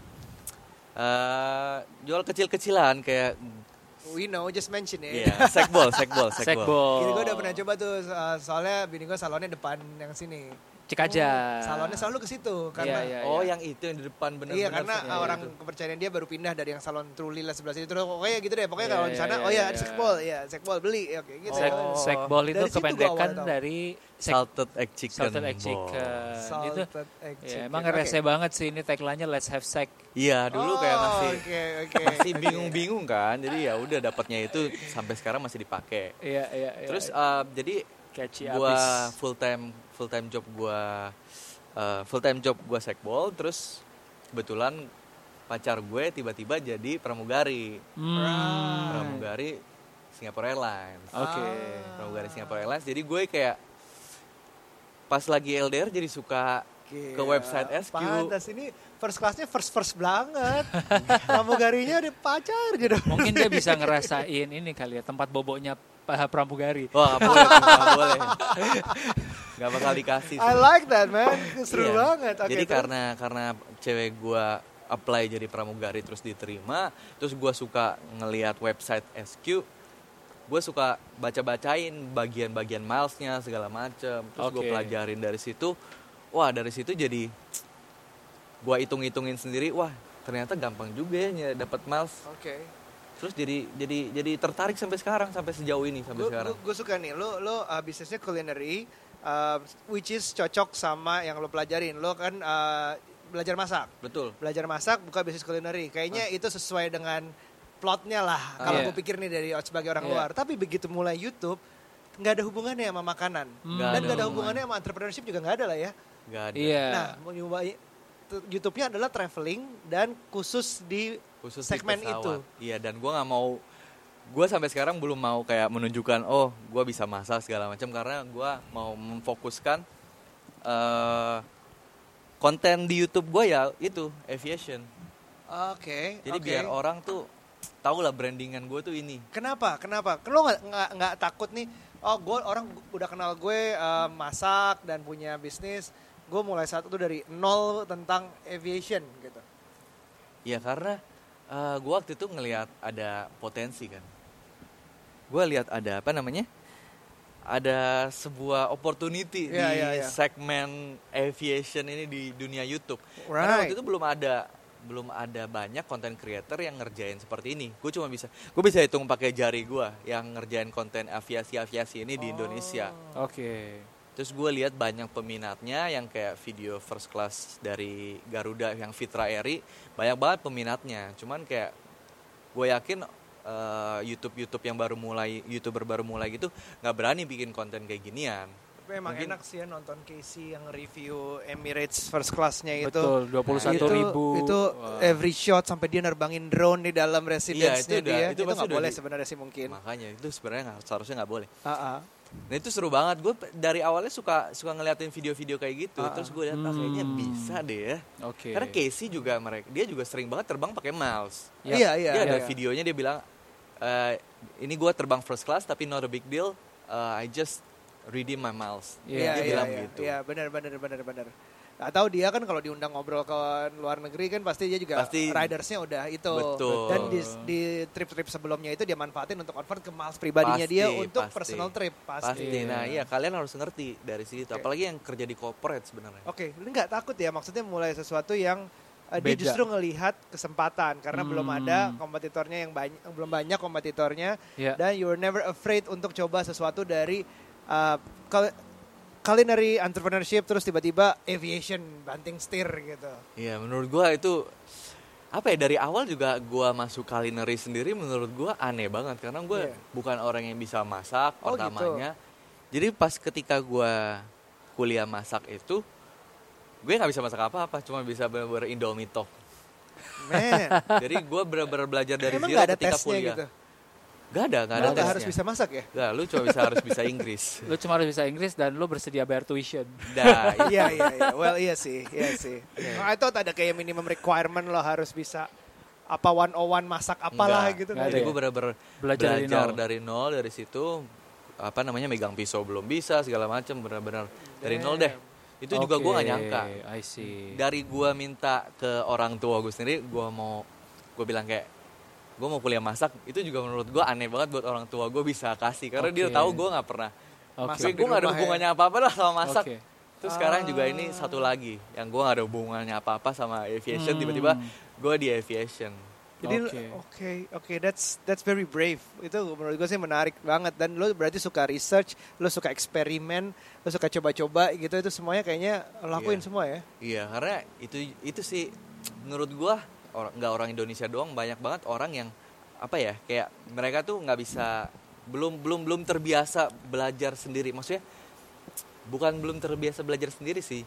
eh, jual kecil-kecilan kayak We know, just mention ya. iya, sekbol, sekbol, sekbol. Sekbol. Gini gue udah pernah coba tuh uh, soalnya bini gue salonnya depan yang sini. Cek aja. Salonnya selalu ke situ karena Iya, iya. Oh, yang itu yang di depan bener-bener. iya karena sekbol orang itu. kepercayaan dia baru pindah dari yang salon Truly lah sebelah sini. Terus pokoknya gitu deh. Pokoknya Iya, kalau di sana iya, oh iya, ya iya. ada sekbol, ya sekbol beli ya, oke gitu. Sek, Oh. sekbol itu Dari situ gua kependekan awalnya tahu. dari sek, Salted egg chicken. salted egg Bol. chicken. Itu Salted egg ya, chicken. emang Oke. rese banget sih ini tagline-nya let's have sek. Iya, dulu kayak Oh, masih Oke, oke. masih oke. bingung-bingung kan. Jadi ya udah dapatnya itu sampai sekarang masih dipakai. Iya, iya, iya. Terus eh, jadi catchy gua abis. full time full time job gua eh, full time job gua sekbol, terus kebetulan pacar gue tiba-tiba jadi pramugari. Hmm. Pramugari Singapore Airlines. Oke. Pramugari Singapore Airlines. Jadi gue kayak pas lagi L D R jadi suka Gila, ke website S Q. Pantas ini first classnya first first banget. Pramugarinya ada pacar gitu. Mungkin dia bisa ngerasain ini kali ya tempat boboknya Pak pramugari. Wah, nggak boleh, tuh, nggak boleh. Nggak bakal dikasih. I like that man, seru Iya. banget. Oke, Jadi terus? karena karena cewek gue apply jadi pramugari terus diterima, terus gue suka ngelihat website S Q, gue suka baca-bacain bagian-bagian milesnya segala macem, terus gue Oke. pelajarin dari situ. Wah, dari situ jadi gue hitung-hitungin sendiri, wah ternyata gampang juga ya dapat miles. Oke. Terus jadi jadi jadi tertarik sampai sekarang, sampai sejauh ini sampai sekarang. Gue suka nih, lo lo uh, bisnisnya culinary, uh, which is cocok sama yang lo pelajarin. Lo kan uh, belajar masak, Betul. belajar masak buka bisnis culinary. Kayaknya itu sesuai dengan plotnya lah. Ah, Kalau iya. gue pikir nih dari sebagai orang Iya. luar. Tapi begitu mulai YouTube, nggak ada hubungannya sama makanan. Hmm. Nggak Dan ada nggak ada hubungan. hubungannya sama entrepreneurship juga nggak ada lah ya. Gak ada. Iya. Nah, mau nyoba tu- YouTube-nya adalah traveling dan khusus di Khusus di segmen pesawat. itu. Iya, dan gue nggak mau, gue sampai sekarang belum mau kayak menunjukkan oh gue bisa masak segala macam, karena gue mau memfokuskan eh, konten di YouTube gue ya itu aviation. Oke. Jadi oke. biar orang tuh tahu lah brandingan gue tuh ini. Kenapa? Kenapa? Lo nggak nggak nggak takut nih? Oh, gue orang udah kenal gue uh, masak dan punya bisnis. Gue mulai satu tuh dari nol tentang aviation gitu. Ya karena uh, gue waktu itu ngelihat ada potensi kan. Gue lihat ada apa namanya? Ada sebuah opportunity Iya, di iya, iya. segmen aviation ini di dunia YouTube. Karena Right. waktu itu belum ada belum ada banyak konten creator yang ngerjain seperti ini. Gue cuma bisa gue bisa hitung pakai jari gue yang ngerjain konten aviasi-aviasi ini di Indonesia. Oke. Terus gue lihat banyak peminatnya yang kayak video first class dari Garuda yang Fitra Eri, banyak banget peminatnya. Cuman kayak gue yakin eh, YouTube-YouTube yang baru mulai, YouTuber baru mulai gitu nggak berani bikin konten kayak ginian. Tapi emang Mungkin- enak sih ya nonton Casey yang review Emirates first class-nya itu. Betul, dua puluh satu itu, ribu. itu Wah. every shot sampai dia nerbangin drone di dalam residence-nya Iya, itu udah- dia. itu Itu pasti nggak udah boleh di- sebenarnya sih mungkin. Makanya itu sebenarnya nggak seharusnya nggak boleh. Ah, ah. Nah itu seru banget. Gue dari awalnya suka suka ngeliatin video-video kayak gitu. Ah, Terus gue lihat ah, kayaknya Hmm. bisa deh ya. Oke. Karena Casey juga mereka dia juga sering banget terbang pakai miles. Yap. Iya, iya. Dia ada iya. videonya dia bilang eh, ini gue terbang first class tapi not a big deal. Uh, I just redeem my miles. Iya, Iya, dia iya, bilang iya, gitu. Iya, benar benar benar benar. Atau dia kan kalau diundang ngobrol ke luar negeri kan pasti dia juga Pasti. ridersnya udah itu. Betul. Dan di, di trip-trip sebelumnya itu dia manfaatin untuk convert ke miles pribadinya Pasti, dia untuk pasti. personal trip pasti. Pasti. Iya. Nah iya kalian harus ngerti dari situ. Oke. Apalagi yang kerja di corporate sebenarnya. Oke, lu nggak takut ya maksudnya mulai sesuatu yang uh, dia Beda. justru ngelihat kesempatan karena Hmm. belum ada kompetitornya yang banyak belum banyak kompetitornya Iya. dan you're never afraid untuk coba sesuatu dari uh, kal- culinary entrepreneurship terus tiba-tiba aviation banting setir gitu. Iya menurut gua itu apa ya, dari awal juga gua masuk culinary sendiri menurut gua aneh banget karena gua Iya. bukan orang yang bisa masak Oh, pertamanya. Jadi pas ketika gua kuliah masak itu gue nggak bisa masak apa-apa, cuma bisa bener-bener Indomie top. Man, Jadi gue bener-bener belajar dari emang zero nggak ada ketika tesnya kuliah. gitu. Gak ada, gak ada Lu nggak tesnya. harus bisa masak ya? Gak, lu cuma bisa harus bisa Inggris. Lu cuma harus bisa Inggris dan lu bersedia bayar tuition. Dah, Iya iya iya. Well iya sih, iya sih. Oh, I thought ada kayak minimum requirement lo harus bisa apa one oh one masak apalah Enggak. gitu. Nggak Jadi ada gue ya? bener-bener Belajar belajar, dari nol. dari nol dari situ apa namanya megang pisau belum bisa segala macam bener-bener dari nol deh. Itu juga gue gak nyangka. I see. Dari gue minta ke orang tua gue sendiri, gue mau gue bilang kayak gue mau kuliah masak, itu juga menurut gue aneh banget buat orang tua gue bisa kasih karena dia Oke. tahu gue nggak pernah. Oke. Masak Gue di gak ada rumah ya. hubungannya apa-apa lah sama masak. Oke. Terus sekarang juga Ah. ini satu lagi yang gue gak ada hubungannya apa-apa sama aviation, Hmm. tiba-tiba gue di aviation. Jadi Oke. oke oke that's that's very brave. Itu menurut gue sih menarik banget dan lo berarti suka research, lo suka eksperimen, lo suka coba-coba gitu itu semuanya kayaknya lo lakuin Iya. semua ya. Iya, karena itu itu sih menurut gue orang nggak orang Indonesia doang, banyak banget orang yang apa ya kayak mereka tuh nggak bisa belum belum belum terbiasa belajar sendiri. Maksudnya bukan belum terbiasa belajar sendiri sih.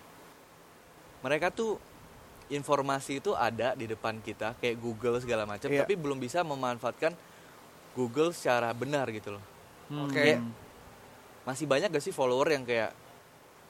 Mereka tuh informasi itu ada di depan kita kayak Google segala macam, Iya. tapi belum bisa memanfaatkan Google secara benar gitu loh. Hmm. Oke. Kayak masih banyak gak sih follower yang kayak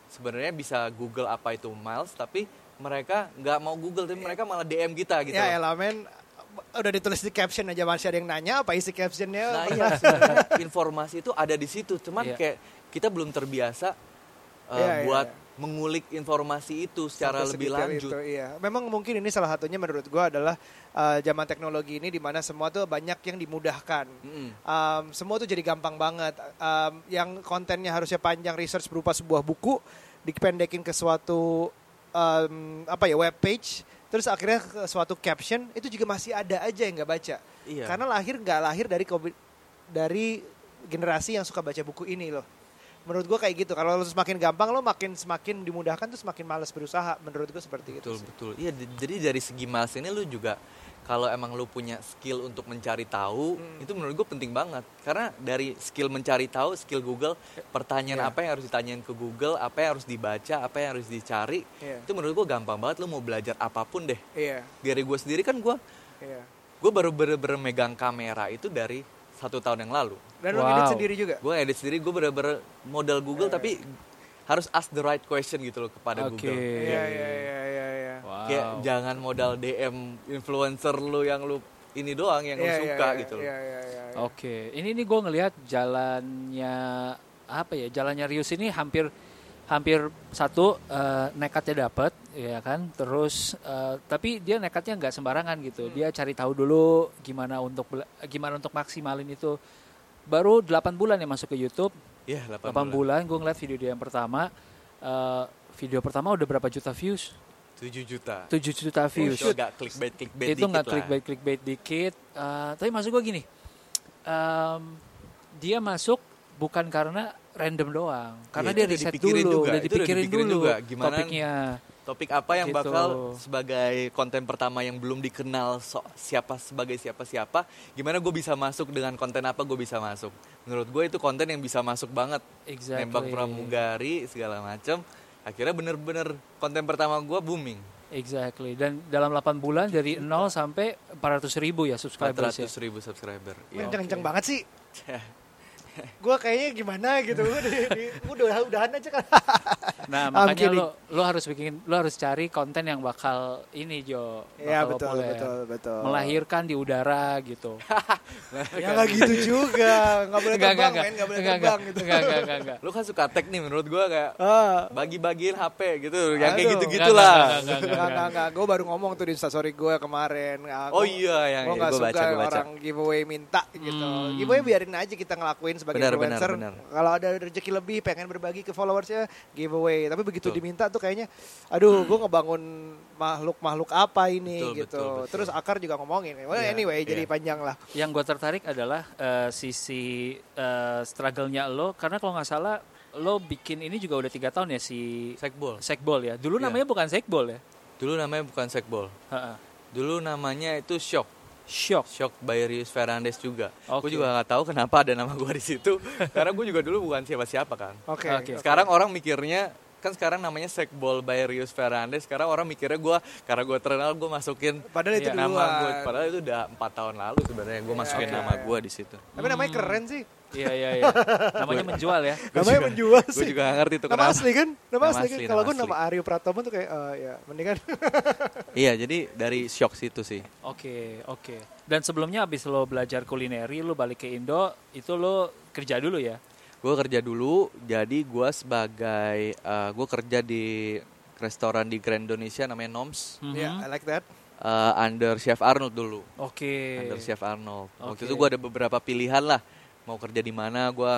sebenarnya bisa Google apa itu Miles, tapi mereka nggak mau Google, tapi mereka malah D M kita gitu. Ya loh. elemen udah ditulis di caption aja, masih ada yang nanya apa isi captionnya. Nah iya, sebenarnya informasi itu ada di situ, cuman Iya. kayak kita belum terbiasa uh, Iya, iya, buat iya. mengulik informasi itu secara Sampai lebih sedetail lanjut. itu, iya. Memang mungkin ini salah satunya menurut gua adalah uh, zaman teknologi ini di mana semua tuh banyak yang dimudahkan. Mm-mm. Um, semua tuh jadi gampang banget. Um, yang kontennya harusnya panjang research berupa sebuah buku dipendekin ke suatu um, apa ya web page, terus akhirnya ke suatu caption itu juga masih ada aja yang nggak baca. Iya. Karena lahir nggak lahir dari kobi- dari generasi yang suka baca buku ini loh. Menurut gue kayak gitu. Kalau lo semakin gampang, lo makin semakin dimudahkan tuh semakin malas berusaha. Menurut gue seperti Betul itu. Sih. betul. Iya, d- jadi dari segi Miles ini lu juga kalau emang lu punya skill untuk mencari tahu, Hmm. itu menurut gue penting banget. Karena dari skill mencari tahu, skill Google, pertanyaan Iya. apa yang harus ditanyain ke Google, apa yang harus dibaca, apa yang harus dicari, Iya. itu menurut gue gampang banget. Lu mau belajar apapun deh. Iya, Dari gue sendiri kan gue, iya. gue baru bener-bener megang kamera itu dari satu tahun yang lalu. Dan lo Wow. ngedit sendiri juga. Gue edit sendiri, gue bener-bener modal Google, Iya, tapi harus ask the right question gitu loh kepada Oke. Google. Iya, iya, iya, iya, iya. Wow. Kayak jangan modal D M influencer lu yang lu ini doang yang lu Iya, suka iya, gitu loh. Iya, iya, iya, iya. Oke, ini nih gue ngelihat jalannya apa ya? Jalannya Rius ini hampir hampir satu eh, nekatnya dapet, ya kan? Terus eh, tapi dia nekatnya nggak sembarangan gitu. Dia cari tahu dulu gimana untuk bela- gimana untuk maksimalin itu. Baru delapan bulan ya masuk ke YouTube. Iya, delapan delapan bulan. bulan gue ngeliat video dia yang pertama. Eh, video pertama udah berapa juta views? tujuh juta. tujuh juta views. Itu agak clickbait clickbait Itu nggak dikit lah. clickbait clickbait dikit. Eh, tapi maksud gue gini, em, dia masuk bukan karena random doang, karena Iya, dia itu udah riset dipikirin dulu, juga. udah Itu udah dipikirin dipikirin dulu juga, gimana topiknya. Topik apa yang Gitu. bakal sebagai konten pertama yang belum dikenal so- siapa sebagai siapa-siapa, gimana gue bisa masuk dengan konten apa gue bisa masuk. Menurut gue itu konten yang bisa masuk banget. Exactly. Nembak pramugari segala macam. Akhirnya bener-bener konten pertama gue booming. Exactly. Dan dalam delapan bulan dari nol sampai empat ratus ribu ya empat subscribers ya. ratus ribu subscriber. Iya. Kenceng-kenceng banget sih. Gue kayaknya gimana gitu. Gue di- di- udah udahan aja kan. Nah, I'm makanya kidding. lo lo harus bikin lo harus cari konten yang bakal ini Jo, Iya bakal betul, populer. betul, betul. Melahirkan di udara gitu. Ya nggak gitu juga. Nggak boleh Enggak, terbang, enggak, men. Nggak boleh enggak, terbang enggak, gitu. enggak, enggak, enggak, enggak. Lu kan suka tag nih menurut gue kayak Ah. bagi-bagiin H P gitu. Yang kayak Aduh. gitu-gitulah. Enggak, enggak, enggak, Enggak, enggak, enggak. Gue baru ngomong tuh di instastory gue kemarin. Ah, Oh gua- iya, yang Gue nggak gue suka baca, gue baca. orang giveaway minta gitu. Hmm. Giveaway biarin aja kita ngelakuin sebagai Benar, benar, influencer. benar. Kalau ada rezeki lebih pengen berbagi ke followersnya giveaway. Tapi begitu Betul. diminta tuh kayaknya, aduh gue ngebangun makhluk-makhluk apa ini Betul, gitu. betul, betul. Terus Akar juga ngomongin. Well, Iya, anyway iya. jadi panjang lah. Yang gue tertarik adalah eh, sisi eh, struggle-nya lo, karena kalau nggak salah lo bikin ini juga udah tiga tahun ya si Sekbol. Sekbol ya. Dulu Iya. namanya bukan Sekbol ya. Dulu namanya bukan Sekbol. Ha-ha. Dulu namanya itu Shock. Shock. Shock by Rius Fernandes juga. Oke. Gue juga nggak tahu kenapa ada nama gue di situ. Karena gue juga dulu bukan siapa-siapa kan. Oke. Oke. Sekarang orang mikirnya kan sekarang namanya Sekbol by Rius Fernandes. Sekarang orang mikirnya gue karena gue terkenal gue masukin Padahal itu Iya, nama duluan. gue. Padahal itu udah empat tahun lalu sebenarnya gue masukin oke. nama gue di situ. Tapi namanya keren sih. Iya iya iya. Namanya menjual ya. Namanya menjual Gue sih. juga gak ngerti tuh Nama kenapa. asli kan? Nama, Nama asli kan? asli, Kalau nama gue asli. nama Aryo Pratomo tuh kayak, eh ya mendingan. Iya jadi dari Shock situ sih. Oke oke. Dan sebelumnya abis lo belajar kulineri, lo balik ke Indo, itu lo kerja dulu ya? Gue kerja dulu, jadi gue sebagai uh, gue kerja di restoran di Grand Indonesia namanya Noms, Mhm. Ya, I like that. uh, under Chef Arnold dulu, Oke. under Chef Arnold. Waktu Oke. itu gue ada beberapa pilihan lah, mau kerja di mana. Gue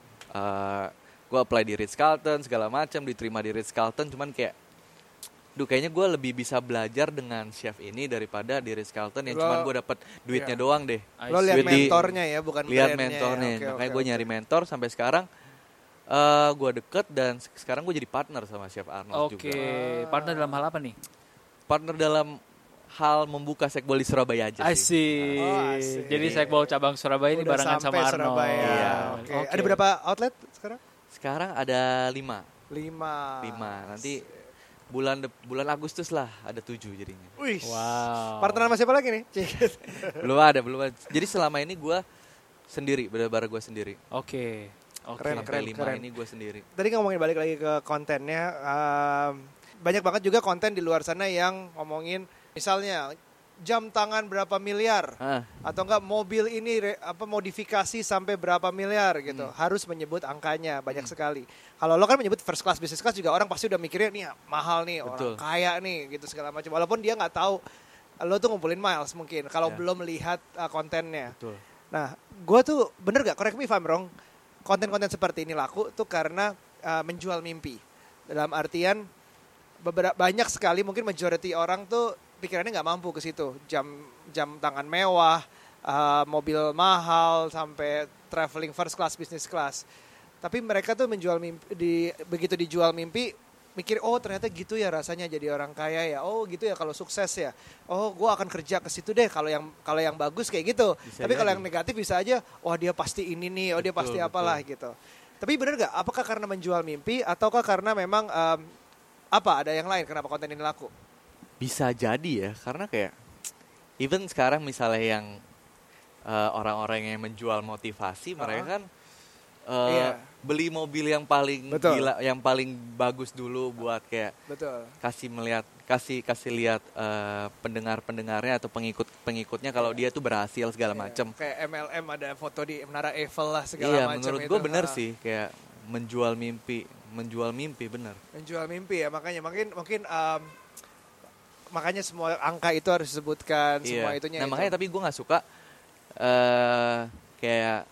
uh, gue apply di Ritz Carlton segala macam, diterima di Ritz Carlton. Cuman kayak, duh kayaknya gue lebih bisa belajar dengan chef ini daripada di Ritz Carlton yang Lo- cuman gue dapat duitnya iya. doang deh. I Lo see. lihat Duit di- mentornya ya, bukan Lihat brandnya ya. mentornya, Oke, makanya oke, gue oke. nyari mentor sampai sekarang. Uh, gue deket dan se- sekarang gue jadi partner sama Chef Arnold Oke. juga. Partner dalam hal apa nih? Partner dalam hal membuka sekbol di Surabaya aja I sih. see. Oh, asik. Jadi Sekbol cabang Surabaya ini Udah barengan sampai sama Arnold. Surabaya. Iya. Oke. Oke. Ada berapa outlet sekarang? Sekarang ada lima, Lima. lima. Nanti bulan de- bulan Agustus lah ada tujuh jadinya. Wih. Wow. Partner sama siapa lagi nih? Cik. belum ada, belum ada. Jadi selama ini gue sendiri, benar-benar gue sendiri. Oke. Oke. Keren, Sampai keren, lima keren. ini gue sendiri. Tadi ngomongin balik lagi ke kontennya, um, banyak banget juga konten di luar sana yang ngomongin misalnya jam tangan berapa miliar Ah, atau enggak mobil ini re- apa modifikasi sampai berapa miliar gitu. Hmm. Harus menyebut angkanya banyak sekali. Kalau lo kan menyebut first class, business class juga orang pasti udah mikirnya nih mahal nih, Betul. orang kaya nih gitu segala macam. Walaupun dia nggak tahu lo tuh ngumpulin miles mungkin kalau Ya. belum melihat uh, kontennya. betul. Nah, gue tuh bener gak, correct me if I'm wrong, konten-konten seperti ini laku tuh karena uh, menjual mimpi. Dalam artian beberapa banyak sekali mungkin majority orang tuh pikirannya nggak mampu ke situ. Jam jam tangan mewah, uh, mobil mahal sampai traveling first class, business class. Tapi mereka tuh menjual mimpi, di, begitu dijual mimpi mikir, oh ternyata gitu ya rasanya jadi orang kaya ya, oh gitu ya kalau sukses ya, oh gue akan kerja ke situ deh kalau yang kalau yang bagus kayak gitu. Bisa Tapi kalau jadi. yang negatif bisa aja, wah dia pasti ini nih, oh dia Betul, pasti betul. apalah gitu. Tapi bener gak, apakah karena menjual mimpi ataukah karena memang um, apa ada yang lain kenapa konten ini laku? Bisa jadi ya, karena kayak even sekarang misalnya yang eh, orang-orang yang menjual motivasi, Uh-huh. mereka kan eh, Iya. beli mobil yang paling Betul. gila, yang paling bagus dulu buat kayak Betul. kasih melihat, kasih kasih lihat eh, pendengar-pendengarnya atau pengikut-pengikutnya kalau dia tuh berhasil segala Iya, macam. Kayak M L M ada foto di Menara Eiffel lah segala Iya, macam. menurut itu. gue bener Ah. sih, kayak menjual mimpi, menjual mimpi bener. Menjual mimpi ya, makanya mungkin mungkin um, makanya semua angka itu harus disebutkan, semua Iya. itunya. Nah itu. makanya tapi gue nggak suka eh kayak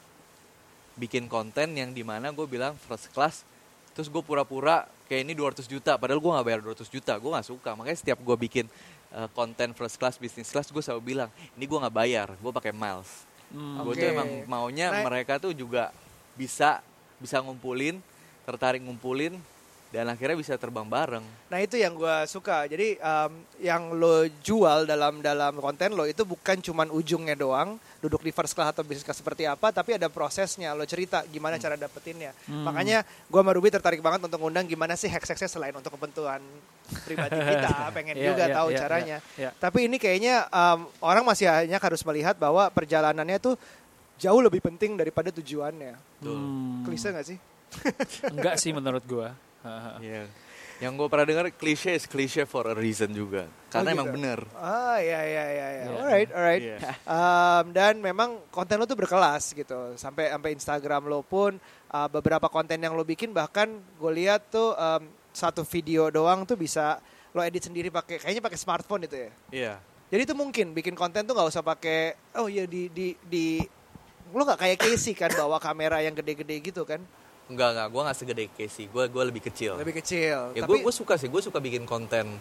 bikin konten yang dimana gue bilang first class, terus gue pura-pura kayak ini dua ratus juta, padahal gue nggak bayar dua ratus juta, gue nggak suka. Makanya setiap gue bikin eh, konten first class, business class, gue selalu bilang ini gue nggak bayar, gue pakai miles. Hmm. Gue Oke. tuh emang maunya Nah- mereka tuh juga bisa bisa ngumpulin, tertarik ngumpulin, dan akhirnya bisa terbang bareng. Nah itu yang gue suka. Jadi um, yang lo jual dalam dalam konten lo itu bukan cuman ujungnya doang, duduk di first class atau business class seperti apa, tapi ada prosesnya. Lo cerita gimana cara dapetinnya. Hmm. Makanya gue sama Ruby tertarik banget untuk ngundang gimana sih hack-hacksnya selain untuk kebutuhan pribadi kita, pengen Iya, juga iya, tahu iya, caranya. iya, iya. Tapi ini kayaknya um, orang masih hanya harus melihat bahwa perjalanannya tuh jauh lebih penting daripada tujuannya. Hmm. Klise gak sih? Enggak sih menurut gua. Iya. Yang gue pernah dengar klise is klise for a reason juga, karena Oh, emang gitu. bener. Ah ya ya ya ya. Iya. Alright, alright. Iya. Um, dan memang konten lo tuh berkelas gitu. Sampai sampai Instagram lo pun uh, beberapa konten yang lo bikin bahkan gue lihat tuh um, satu video doang tuh bisa lo edit sendiri pakai kayaknya pakai smartphone itu ya. Iya. Jadi itu mungkin bikin konten tuh nggak usah pakai oh iya di di di lo nggak kayak Casey kan bawa kamera yang gede-gede gitu kan. Enggak, enggak. Gue gak segede Casey. Gue gue lebih kecil. Lebih kecil. Ya Tapi gue suka sih. Gue suka bikin konten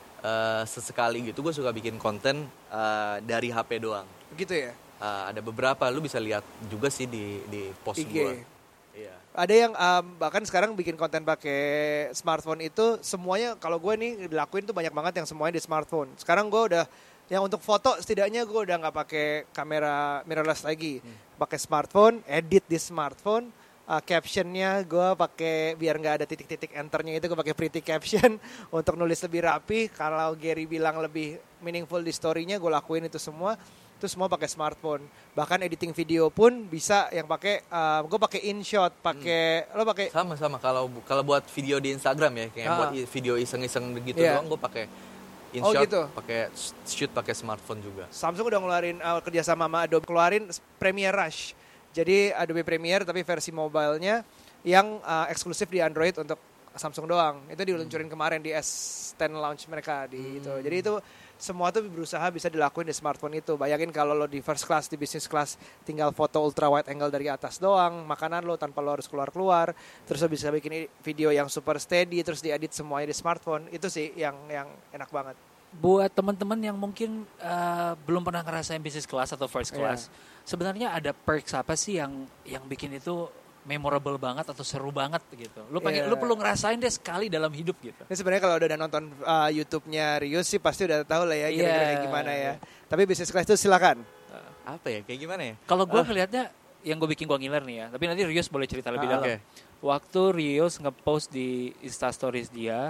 eh, sesekali gitu. Gue suka bikin konten eh, dari H P doang. gitu ya. Eh, ada beberapa. Lu bisa lihat juga sih di di post I G. gue. Iya. Ada yang um, bahkan sekarang bikin konten pakai smartphone itu semuanya kalau gue nih dilakuin tuh banyak banget yang semuanya di smartphone. Sekarang gue udah yang untuk foto setidaknya gue udah nggak pakai kamera mirrorless lagi, pakai smartphone, edit di smartphone. Uh, captionnya gue pakai biar nggak ada titik-titik enternya itu gue pakai pretty caption untuk nulis lebih rapi. Kalau Gary bilang lebih meaningful di story-nya gue lakuin itu semua. Itu semua pakai smartphone. Bahkan editing video pun bisa yang pakai uh, gue pakai InShot, pakai lo pakai Sama-sama. Kalau kalau buat video di Instagram ya, kayak Ah. buat i- video iseng-iseng gitu Iya. doang, gue pakai Oh, InShot, gitu. pakai shoot pakai smartphone juga. Samsung udah ngeluarin uh, kerjasama sama Adobe keluarin Premiere Rush. Jadi Adobe Premiere tapi versi mobile-nya yang uh, eksklusif di Android untuk Samsung doang. Itu diluncurin kemarin di S sepuluh launch mereka di itu. Jadi itu semua tuh berusaha bisa dilakuin di smartphone itu. Bayangin kalau lo di first class, di business class tinggal foto ultra wide angle dari atas doang, makanan lo tanpa lo harus keluar-keluar, terus lo bisa bikin video yang super steady, terus diedit semuanya di smartphone. Itu sih yang yang enak banget. Buat teman-teman yang mungkin uh, belum pernah ngerasain business class atau first Iya. class, sebenarnya ada perks apa sih yang yang bikin itu memorable banget atau seru banget gitu? Lu pengen, Iya. lu perlu ngerasain deh sekali dalam hidup gitu. Ini sebenarnya kalau udah nonton uh, YouTube-nya Rius sih pasti udah tahu lah ya kira-kira Iya. kayak gimana ya. Tapi business class itu silakan. Apa ya? Kayak gimana ya? Kalau gue Ah. ngelihatnya yang gue bikin gue ngiler nih ya, tapi nanti Rios boleh cerita lebih Ah, dalam. oke. Waktu Rios ngepost di Insta Stories dia,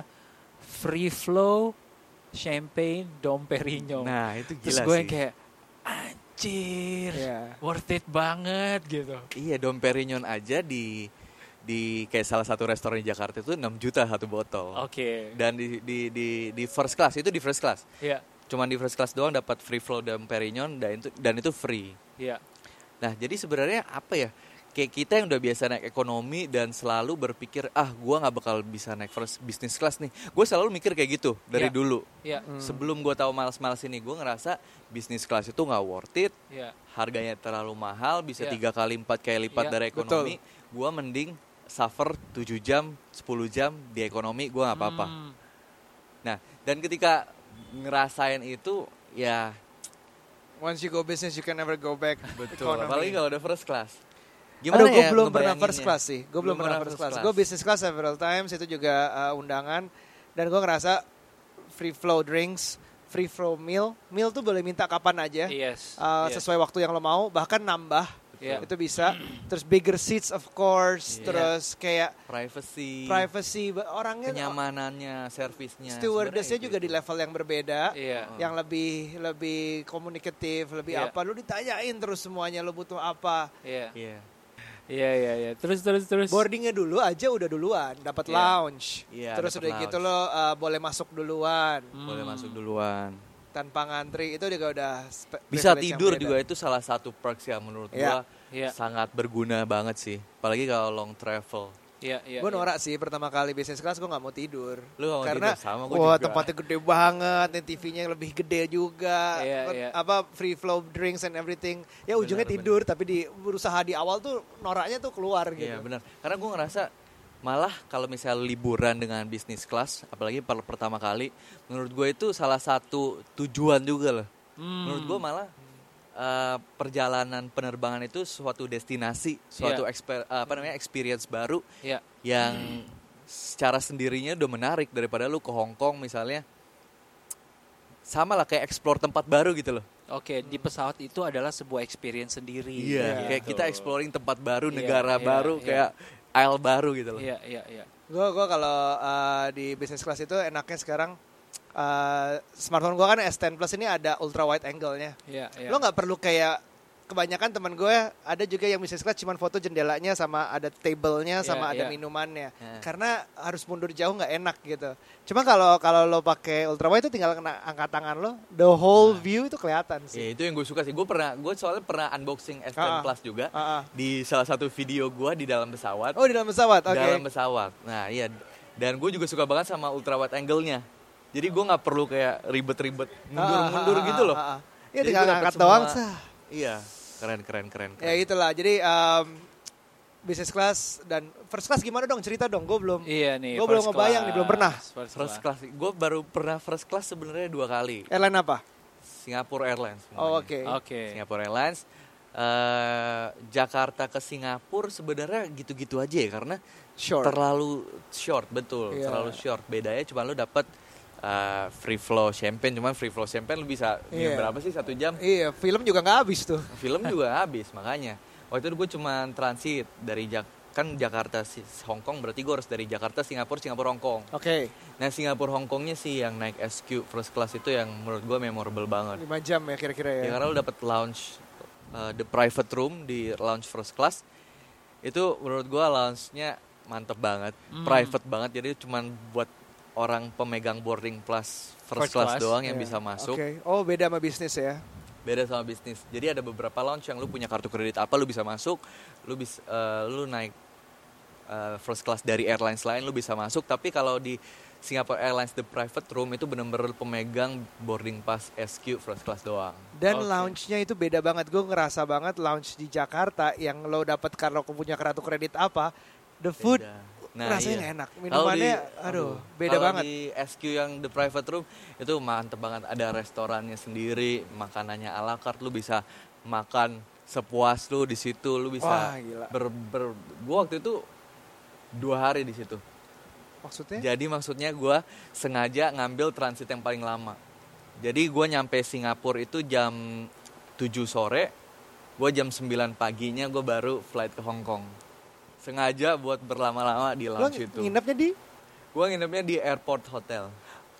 free flow champagne Dom Perignon. Nah, itu Terus gila gue sih. yang kayak, anjir Anjir, Iya. worth it banget gitu. Iya, Dom Perignon aja di di kayak salah satu restoran di Jakarta itu enam juta satu botol. Oke. Dan di di di di first class, itu di first class. Iya, Cuman di first class doang dapat free flow Dom Perignon dan itu dan itu free. iya. Nah, jadi sebenarnya apa ya? Kayak kita yang udah biasa naik ekonomi dan selalu berpikir, ah gua nggak bakal bisa naik first business class nih. Gue selalu mikir kayak gitu dari Iya. dulu. Iya, Sebelum gue tahu malas-malas ini, gue ngerasa business class itu nggak worth it. iya. Harganya terlalu mahal, bisa Iya. tiga kali lipat kayak lipat Iya, dari ekonomi. Gue mending suffer tujuh jam, sepuluh jam di ekonomi, gue nggak apa-apa. Hmm, Nah, dan ketika ngerasain itu, ya Once you go business, you can never go back. betul. Economy. Apalagi kalau udah first class. Aduh, gue ya belum pernah first ngebayanginnya? class sih. Gue belum pernah first class. Gue business class several times, itu juga uh, undangan. Dan gue ngerasa free flow drinks, free flow meal. Meal tuh boleh minta kapan aja. Yes. Uh, Yes. Sesuai waktu yang lo mau, bahkan nambah. Iya. Itu bisa. Terus bigger seats of course. Iya. Terus kayak Privacy, privacy. Orangnya, kenyamanannya, servisnya. stewardessnya sebenarnya juga itu. di level yang berbeda. Iya. Yang lebih lebih komunikatif, lebih Iya. apa. Lu ditanyain terus semuanya, lu butuh apa. Iya. Iya. Iya, iya, iya. Terus, terus, terus. Boardingnya dulu aja udah duluan, dapat Iya. lounge. Iya, Terus dapet udah lounge. gitu lo uh, boleh masuk duluan Hmm. Boleh masuk duluan. tanpa ngantri. Itu juga udah spe- Bisa privilege yang tidur beda. juga itu salah satu perks yang menurut Iya. gua Iya. sangat berguna banget sih. Apalagi kalau long travel. Iya, iya. Gue iya. norak sih pertama kali business class gue nggak mau tidur. Lu nggak mau Karena tidur? Sama gua wah juga. tempatnya gede banget, nih T V-nya lebih gede juga. Iya, Kan, iya. Apa free flow drinks and everything. Ya ujungnya Benar, tidur tapi di berusaha di awal tuh noraknya tuh keluar gitu. Iya benar. Karena gue ngerasa malah kalau misal liburan dengan bisnis kelas, apalagi per pertama kali, menurut gue itu salah satu tujuan juga loh. Hmm. Menurut gue malah eh, perjalanan penerbangan itu suatu destinasi, suatu Iya. exper- apa namanya experience baru Iya. yang secara sendirinya udah menarik daripada lu ke Hong Kong misalnya. Sama lah kayak explore tempat baru gitu loh. Oke, di pesawat itu adalah sebuah experience sendiri. Iya, kayak Gitu. kita exploring tempat baru, Iya, negara iya, baru, iya. kayak aisle baru gitu loh. Iya, iya, iya. Gue gua kalau uh, di business class itu enaknya sekarang uh, smartphone gue kan S ten Plus ini ada ultra wide angle-nya. Iya, iya. Lo nggak perlu kayak kebanyakan teman gue ada juga yang business class cuman foto jendelanya sama ada table-nya sama Iya, ada iya. minumannya. Iya. Karena harus mundur jauh nggak enak gitu. Cuma kalau kalau lo pakai ultra wide itu tinggal kena angkat tangan lo, the whole view itu kelihatan Ya sih. itu yang gue suka sih. Gue pernah, gue soalnya pernah unboxing S ten Ah, ah. Plus juga Ah, ah. di salah satu video gue di dalam pesawat. Oh di dalam pesawat, oke. Dalam pesawat. Nah iya. Dan gue juga suka banget sama ultra wide angle-nya. Jadi gue nggak perlu kayak ribet-ribet mundur-mundur Ah, ah, gitu loh. ah, ah, ah. Iya Jadi tinggal gua dapet angkat semua- doang sah. Iya, keren keren keren. keren. Ya itulah. Jadi um, business class dan first class gimana dong? Cerita dong. Gue belum. Iya nih. Gua belum first ngebayang nih, belum pernah. class, First, First class. class, gue baru pernah first class sebenarnya dua kali. Airline apa? Singapore Airlines. Oh semuanya. oke. Oke. Singapore Airlines. Eh, Jakarta ke Singapura sebenarnya gitu-gitu aja ya karena Short. terlalu short betul, Iya. terlalu short. Bedanya cuma lu dapat eh, free flow champagne, cuman free flow champagne lu bisa minum Iya. berapa sih satu jam? Iya, film juga nggak habis tuh. Film juga habis makanya. Waktu itu gue cuma transit dari Jak kan Jakarta si- Hong Kong berarti gue harus dari Jakarta Singapura Singapura Hong Kong. Oke, Nah Singapura Hong Kongnya sih yang naik S Q first class itu yang menurut gue memorable banget. lima jam ya kira-kira ya. Ya karena lu dapat lounge uh, the private room di lounge first class. Itu menurut gua lounge-nya mantep banget, Hmm. private banget. Jadi cuman buat orang pemegang boarding plus first, First class, class, doang yang Iya. bisa masuk. Oke. Oh, beda sama bisnis ya. Beda sama bisnis. Jadi ada beberapa lounge yang lu punya kartu kredit apa lu bisa masuk, lu bisa uh, lu naik uh, first class dari airlines lain lu bisa masuk. Tapi kalau di Singapore Airlines the private room itu benar-benar pemegang boarding pass S Q first class doang. Dan Oke. lounge-nya itu beda banget. Gue ngerasa banget lounge di Jakarta yang lo dapat kalau kau punya kartu kredit apa, the food Beda. Nah, rasanya iya. nggak enak. Kalau Minumannya, di- aduh, aduh, beda kalau banget. di S Q yang the private room itu mantep banget. Ada restorannya sendiri, makanannya ala carte, lu bisa makan sepuas lu di situ, lu Wah, bisa gila. ber, ber gua waktu itu dua hari di situ. Maksudnya? Jadi maksudnya gua sengaja ngambil transit yang paling lama. Jadi gua nyampe Singapura itu jam tujuh sore, gua jam sembilan paginya gua baru flight ke Hong Kong. Sengaja buat berlama-lama di Lo lounge itu. nginepnya di? Gue nginepnya di airport hotel.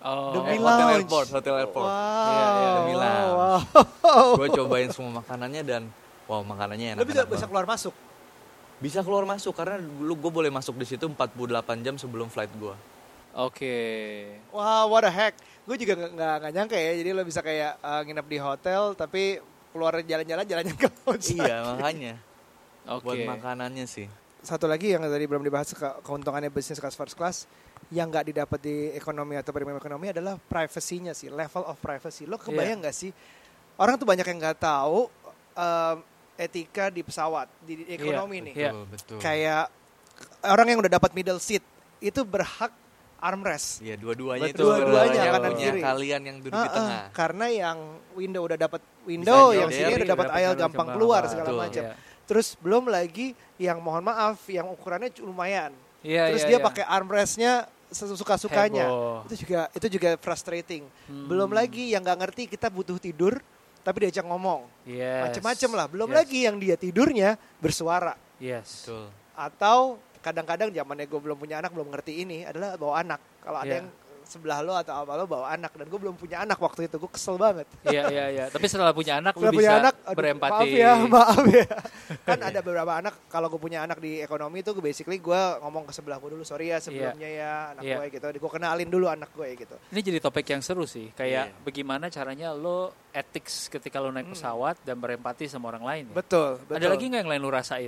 Oh. Demi Eh, hotel lounge. airport, hotel airport. Wow. Iya, iya. Demi lounge. Wow. Gue cobain semua makanannya dan wow makanannya enak. Lo bisa bisa keluar masuk. Bisa keluar masuk karena dulu gue boleh masuk di situ empat puluh delapan jam sebelum flight gue. Oke. Wow, what a hack. Gue juga nggak nggak nggak nyangka ya. Jadi lo bisa kayak uh, nginep di hotel tapi keluar jalan-jalan jalannya ke lounge. Iya makanya. Oke. Buat makanannya sih. Satu lagi yang tadi belum dibahas ke- keuntungannya bisnis class first class yang nggak didapat di ekonomi atau premium ekonomi adalah privasinya sih, level of privacy. Lo kebayang nggak sih orang tuh banyak yang nggak tahu um, etika di pesawat di, di ekonomi nih. Iya. Betul, betul. Kayak orang yang udah dapat middle seat itu berhak armrest. Iya dua-duanya itu. Dua-duanya, Dua-duanya kanan punya kiri. kalian yang duduk di Ah, ah, tengah. karena yang window udah dapat window, Bisa yang nyender, sini udah dapat dapat aisle jalan gampang gampang keluar keluar. segala Betul. macam. Iya. Terus belum lagi yang mohon maaf yang ukurannya lumayan. Iya, Terus iya, dia iya. pakai armrestnya sesuka-sukanya. Heboh. Itu juga itu juga frustrating. Hmm. Belum lagi yang nggak ngerti kita butuh tidur tapi diajak ngomong. Yes. Macem-macem lah. Belum Yes. lagi yang dia tidurnya bersuara. Yes. Betul. Atau kadang-kadang zamannya gue belum punya anak belum ngerti ini adalah bawa anak. Kalau ada Iya. yang sebelah lo atau apa lo bawa anak dan gue belum punya anak waktu itu gue kesel banget. Iya, iya, iya. Tapi setelah punya anak lu Setelah bisa punya anak, aduh, berempati. maaf ya, maaf ya. Kan ada beberapa anak kalau gue punya anak di ekonomi itu basically gue ngomong ke sebelah gue dulu sorry ya sebelumnya ya anak Iya. gue gitu. Gue kenalin dulu anak gue gitu. Ini jadi topik yang seru sih. Kayak Iya. bagaimana caranya lo ethics ketika lo naik pesawat dan berempati sama orang lain. Ya? Betul, betul. Ada lagi nggak yang lain lo rasain?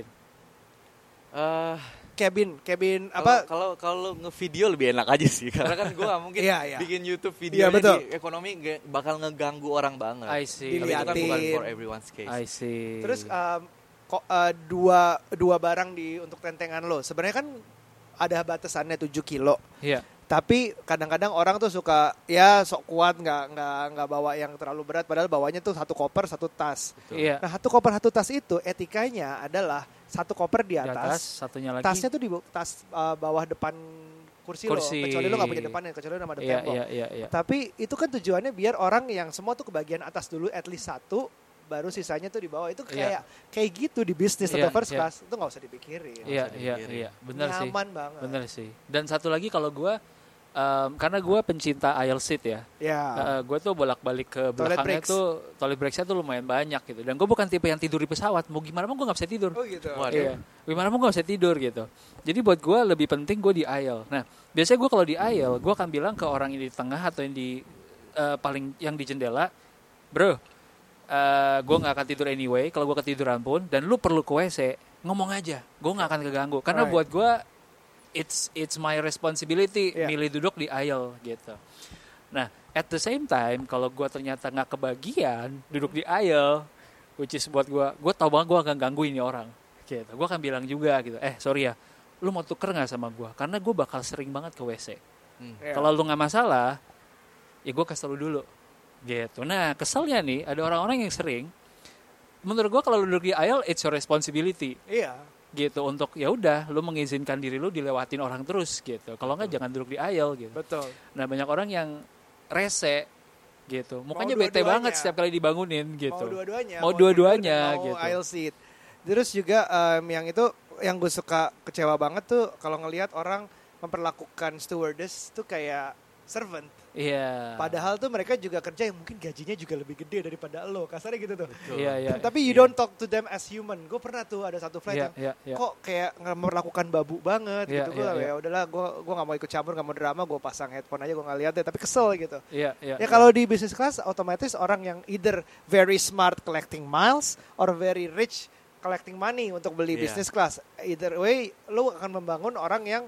Eh, cabin, cabin apa? apa? Kalau kalau nge-video lebih enak aja sih. Karena kan gue gak mungkin Iya, iya. bikin YouTube Iya, video betul. di ekonomi ge- bakal ngeganggu orang banget. I see. Tapi itu kan bukan Diliatin. for everyone's case. I see. Terus um, kok uh, dua dua barang di untuk tentengan lo. Sebenarnya kan ada batasannya tujuh kilo. Iya. Tapi kadang-kadang orang tuh suka ya sok kuat nggak nggak nggak bawa yang terlalu berat padahal bawanya tuh satu koper satu tas. Iya. Nah satu koper satu tas itu etikanya adalah satu koper di Di atas, atas, satunya lagi. tasnya tuh di bo- tas uh, bawah depan kursi, Kursi. lo kecuali lo nggak punya depannya kecuali lo ada Iya, tembok. iya, iya, iya. Tapi itu kan tujuannya biar orang yang semua tuh ke bagian atas dulu at least satu baru sisanya tuh di bawah itu kayak kayak gitu di bisnis Iya, atau first iya. class itu nggak usah dipikirin. Iya, usah iya, dipikirin. iya. Benar sih. Nyaman banget. Bener sih. Dan satu lagi kalau gue, um, karena gue pencinta aisle seat ya, Ya. uh, gue tuh bolak-balik ke belakangnya breaks. tuh, toilet breaksnya tuh lumayan banyak gitu. Dan gue bukan tipe yang tidur di pesawat, mau gimana pun gue gak bisa tidur. Oh gitu. Waduh. Iya, gimana pun gue gak bisa tidur gitu. Jadi buat gue lebih penting gue di aisle. Nah, biasanya gue kalau di aisle, gue akan bilang ke orang yang di tengah atau yang di uh, paling yang di jendela, bro, Uh, gue nggak akan tidur anyway kalau gue ketiduran pun dan lu perlu ke W C ngomong aja gue nggak akan keganggu karena Right. buat gue it's it's my responsibility Yeah. milih duduk di aisle gitu. Nah at the same time kalau gue ternyata nggak kebagian duduk di aisle which is buat gue gue tau banget gue akan ganggu ini orang gitu. Gue akan bilang juga gitu eh sorry ya lu mau tuker nggak sama gue karena gue bakal sering banget ke W C. Hmm. Ya. Kalau lu nggak masalah ya gue kasih lu dulu gitu. Nah keselnya nih ada orang-orang yang sering menurut gue kalau lu duduk di aisle it's your responsibility Iya. gitu untuk ya udah lu mengizinkan diri lu dilewatin orang terus gitu. Kalau nggak jangan duduk di aisle gitu. Betul. Nah banyak orang yang rese gitu. Mukanya Mau bete dua-duanya. banget setiap kali dibangunin gitu. Mau dua-duanya. Mau dua-duanya, tidur dan gitu. Mau aisle seat. Terus juga em, yang itu yang gue suka kecewa banget tuh kalau ngelihat orang memperlakukan stewardess tuh kayak servant. Iya. Padahal tuh mereka juga kerja yang mungkin gajinya juga lebih gede daripada lo. Kasarnya gitu tuh. Iya iya. Tapi you Iya. don't talk to them as human. Gue pernah tuh ada satu flight Iya yang iya iya. kok kayak nge- memperlakukan babu banget Iya, gitu. Gue iya, ya iya. udahlah gue gue nggak mau ikut campur, nggak mau drama. Gue pasang headphone aja, gue nggak lihat deh. Tapi kesel gitu. Iya iya. Ya kalau di business class otomatis orang yang either very smart collecting miles or very rich collecting money untuk beli Iya. business class. Either way, lu akan membangun orang yang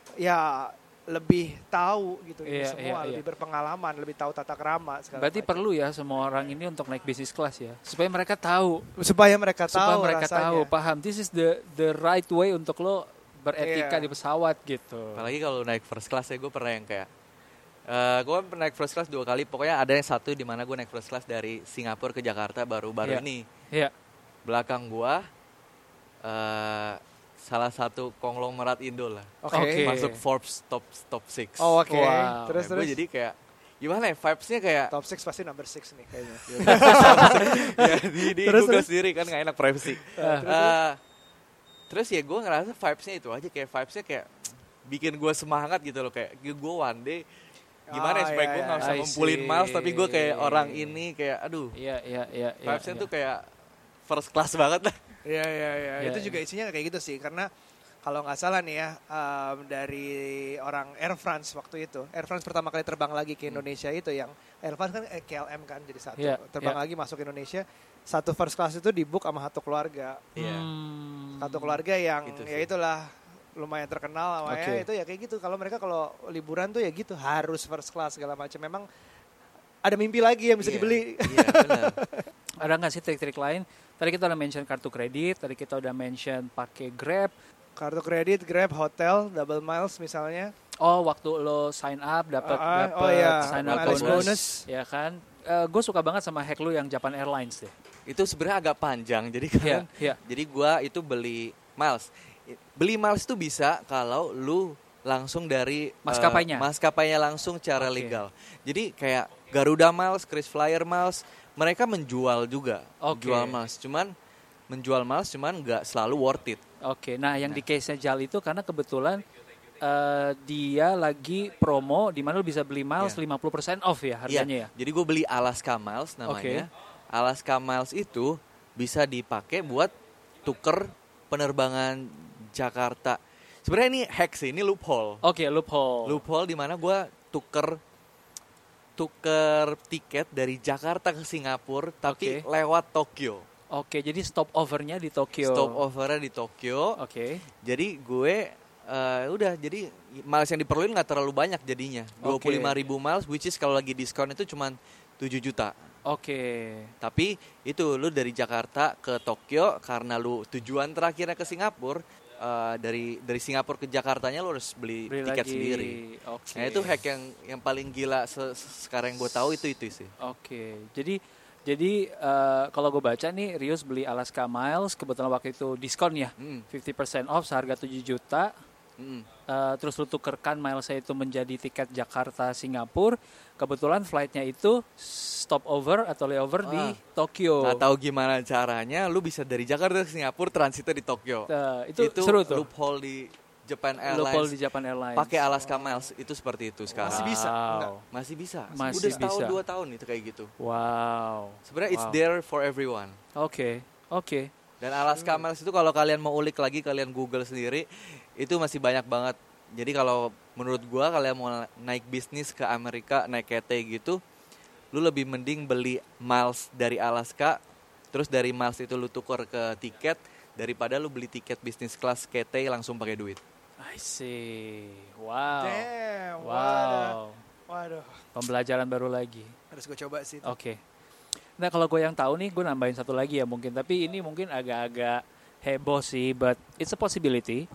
ya lebih tahu gitu ini Iya, semua, iya, iya. lebih berpengalaman, lebih tahu tata krama segala Berarti macam. perlu ya semua orang ini untuk naik bisnis kelas ya, supaya mereka tahu, supaya mereka supaya tahu mereka rasanya. tahu, paham. This is the the right way untuk lo beretika Iya. di pesawat gitu. Apalagi kalau naik first class ya gue pernah yang kayak eh gue pernah naik first class dua kali. Pokoknya ada yang satu di mana gue naik first class dari Singapura ke Jakarta baru-baru Iya. ini. Iya. Belakang gue eh salah satu konglomerat Indo lah. Oke. Oke. Masuk Forbes top top six. Oh, oke. Wow. Terus Gue terus jadi kayak gimana ya vibes-nya kayak top six pasti number six nih kayaknya. ya di, di Terus, Google terus? sendiri kan nggak enak privacy. Eh, terus ya gue ngerasa vibes-nya itu aja kayak vibes-nya kayak bikin gue semangat gitu loh kayak gue one day gimana ya Oh, supaya iya, gue nggak iya. usah I ngumpulin see. miles tapi gue kayak orang ini kayak aduh Iya, iya, iya. iya, vibes-nya iya. tuh kayak first class banget lah. Iya iya iya. Iya, Itu iya. juga isinya kayak gitu sih karena kalau nggak salah nih ya um, dari orang Air France waktu itu Air France pertama kali terbang lagi ke Indonesia itu yang Air France kan eh, K L M kan jadi satu Iya, terbang iya. lagi masuk Indonesia satu first class itu di book sama satu keluarga Iya. Hmm. satu keluarga yang Itu ya sih. itulah lumayan terkenal namanya Oke. itu ya kayak gitu kalau mereka kalau liburan tuh ya gitu harus first class segala macam memang ada mimpi lagi yang bisa Iya, dibeli. Iya benar. Ada nggak sih trik-trik lain? Tadi kita udah mention kartu kredit, tadi kita udah mention pakai Grab. Kartu kredit, Grab, hotel, double miles misalnya. Oh, waktu lo sign up dapat Ah, ah, dapat oh iya, sign up mileage bonus, bonus. ya kan? Gue suka banget sama hack lu yang Japan Airlines deh. Itu sebenarnya agak panjang. Jadi Iya, kan iya. jadi gua itu beli miles. Beli miles itu bisa kalau lu langsung dari eh, Maskapainya? maskapainya langsung cara Oke. legal. Jadi kayak Garuda Miles, KrisFlyer Miles, mereka menjual juga, Oke. jual miles. Cuman menjual miles cuman nggak selalu worth it. Oke, nah yang di case-nya Jal itu karena kebetulan eh, dia lagi promo di mana lu bisa beli miles Iya. lima puluh persen off ya harganya ya. Jadi gue beli Alaska Miles namanya. Alaska Miles itu bisa dipakai buat tuker penerbangan Jakarta. Sebenarnya ini hack sih, ini loophole. Oke, loophole. Loophole di mana gue tuker tuker tiket dari Jakarta ke Singapura tapi Oke. lewat Tokyo. Oke, jadi stop overnya di Tokyo. Stop overnya di Tokyo. Oke. Jadi gue eh, udah jadi miles yang diperluin nggak terlalu banyak jadinya. dua puluh lima ribu miles which is kalau lagi diskon itu cuma tujuh juta. Oke. Tapi itu lu dari Jakarta ke Tokyo karena lu tujuan terakhirnya ke Singapura, eh, dari dari Singapura ke Jakartanya lu harus beli, Beli tiket lagi. sendiri. Oke. Nah itu hack yang yang paling gila se- se- sekarang yang gue tahu itu itu sih. Oke. Jadi jadi eh, kalau gue baca nih Rius beli Alaska Miles kebetulan waktu itu diskon ya. Mm, lima puluh persen off seharga tujuh juta. mm. Eh, terus lu tukerkan milesnya itu menjadi tiket Jakarta Singapura. Kebetulan flightnya itu stopover atau layover di Ah. Tokyo. Nggak tahu gimana caranya, lu bisa dari Jakarta ke Singapura transitnya di Tokyo. Eh, itu, seru tuh. loophole di Japan Loophole Airlines. di Japan Airlines. Pakai Alaska Miles itu seperti itu sekarang. Masih bisa? Enggak. Wow. Masih bisa. Masih Udah setahun bisa. dua tahun itu kayak gitu. Wow. Sebenarnya it's Wow. there for everyone. Oke. Oke. Dan Alaska Miles itu kalau kalian mau ulik lagi, kalian Google sendiri, itu masih banyak banget. Jadi kalau menurut gua kalian mau naik bisnis ke Amerika, naik K T gitu, lu lebih mending beli miles dari Alaska, terus dari miles itu lu tuker ke tiket, daripada lu beli tiket bisnis kelas K T langsung pakai duit. I see. Wow. Damn, waduh. Wow. Waduh, Pembelajaran baru lagi. harus gue coba sih. itu. Oke. Nah kalau gue yang tahu nih, gue nambahin satu lagi ya mungkin. Tapi ini mungkin agak-agak heboh sih, but it's a possibility.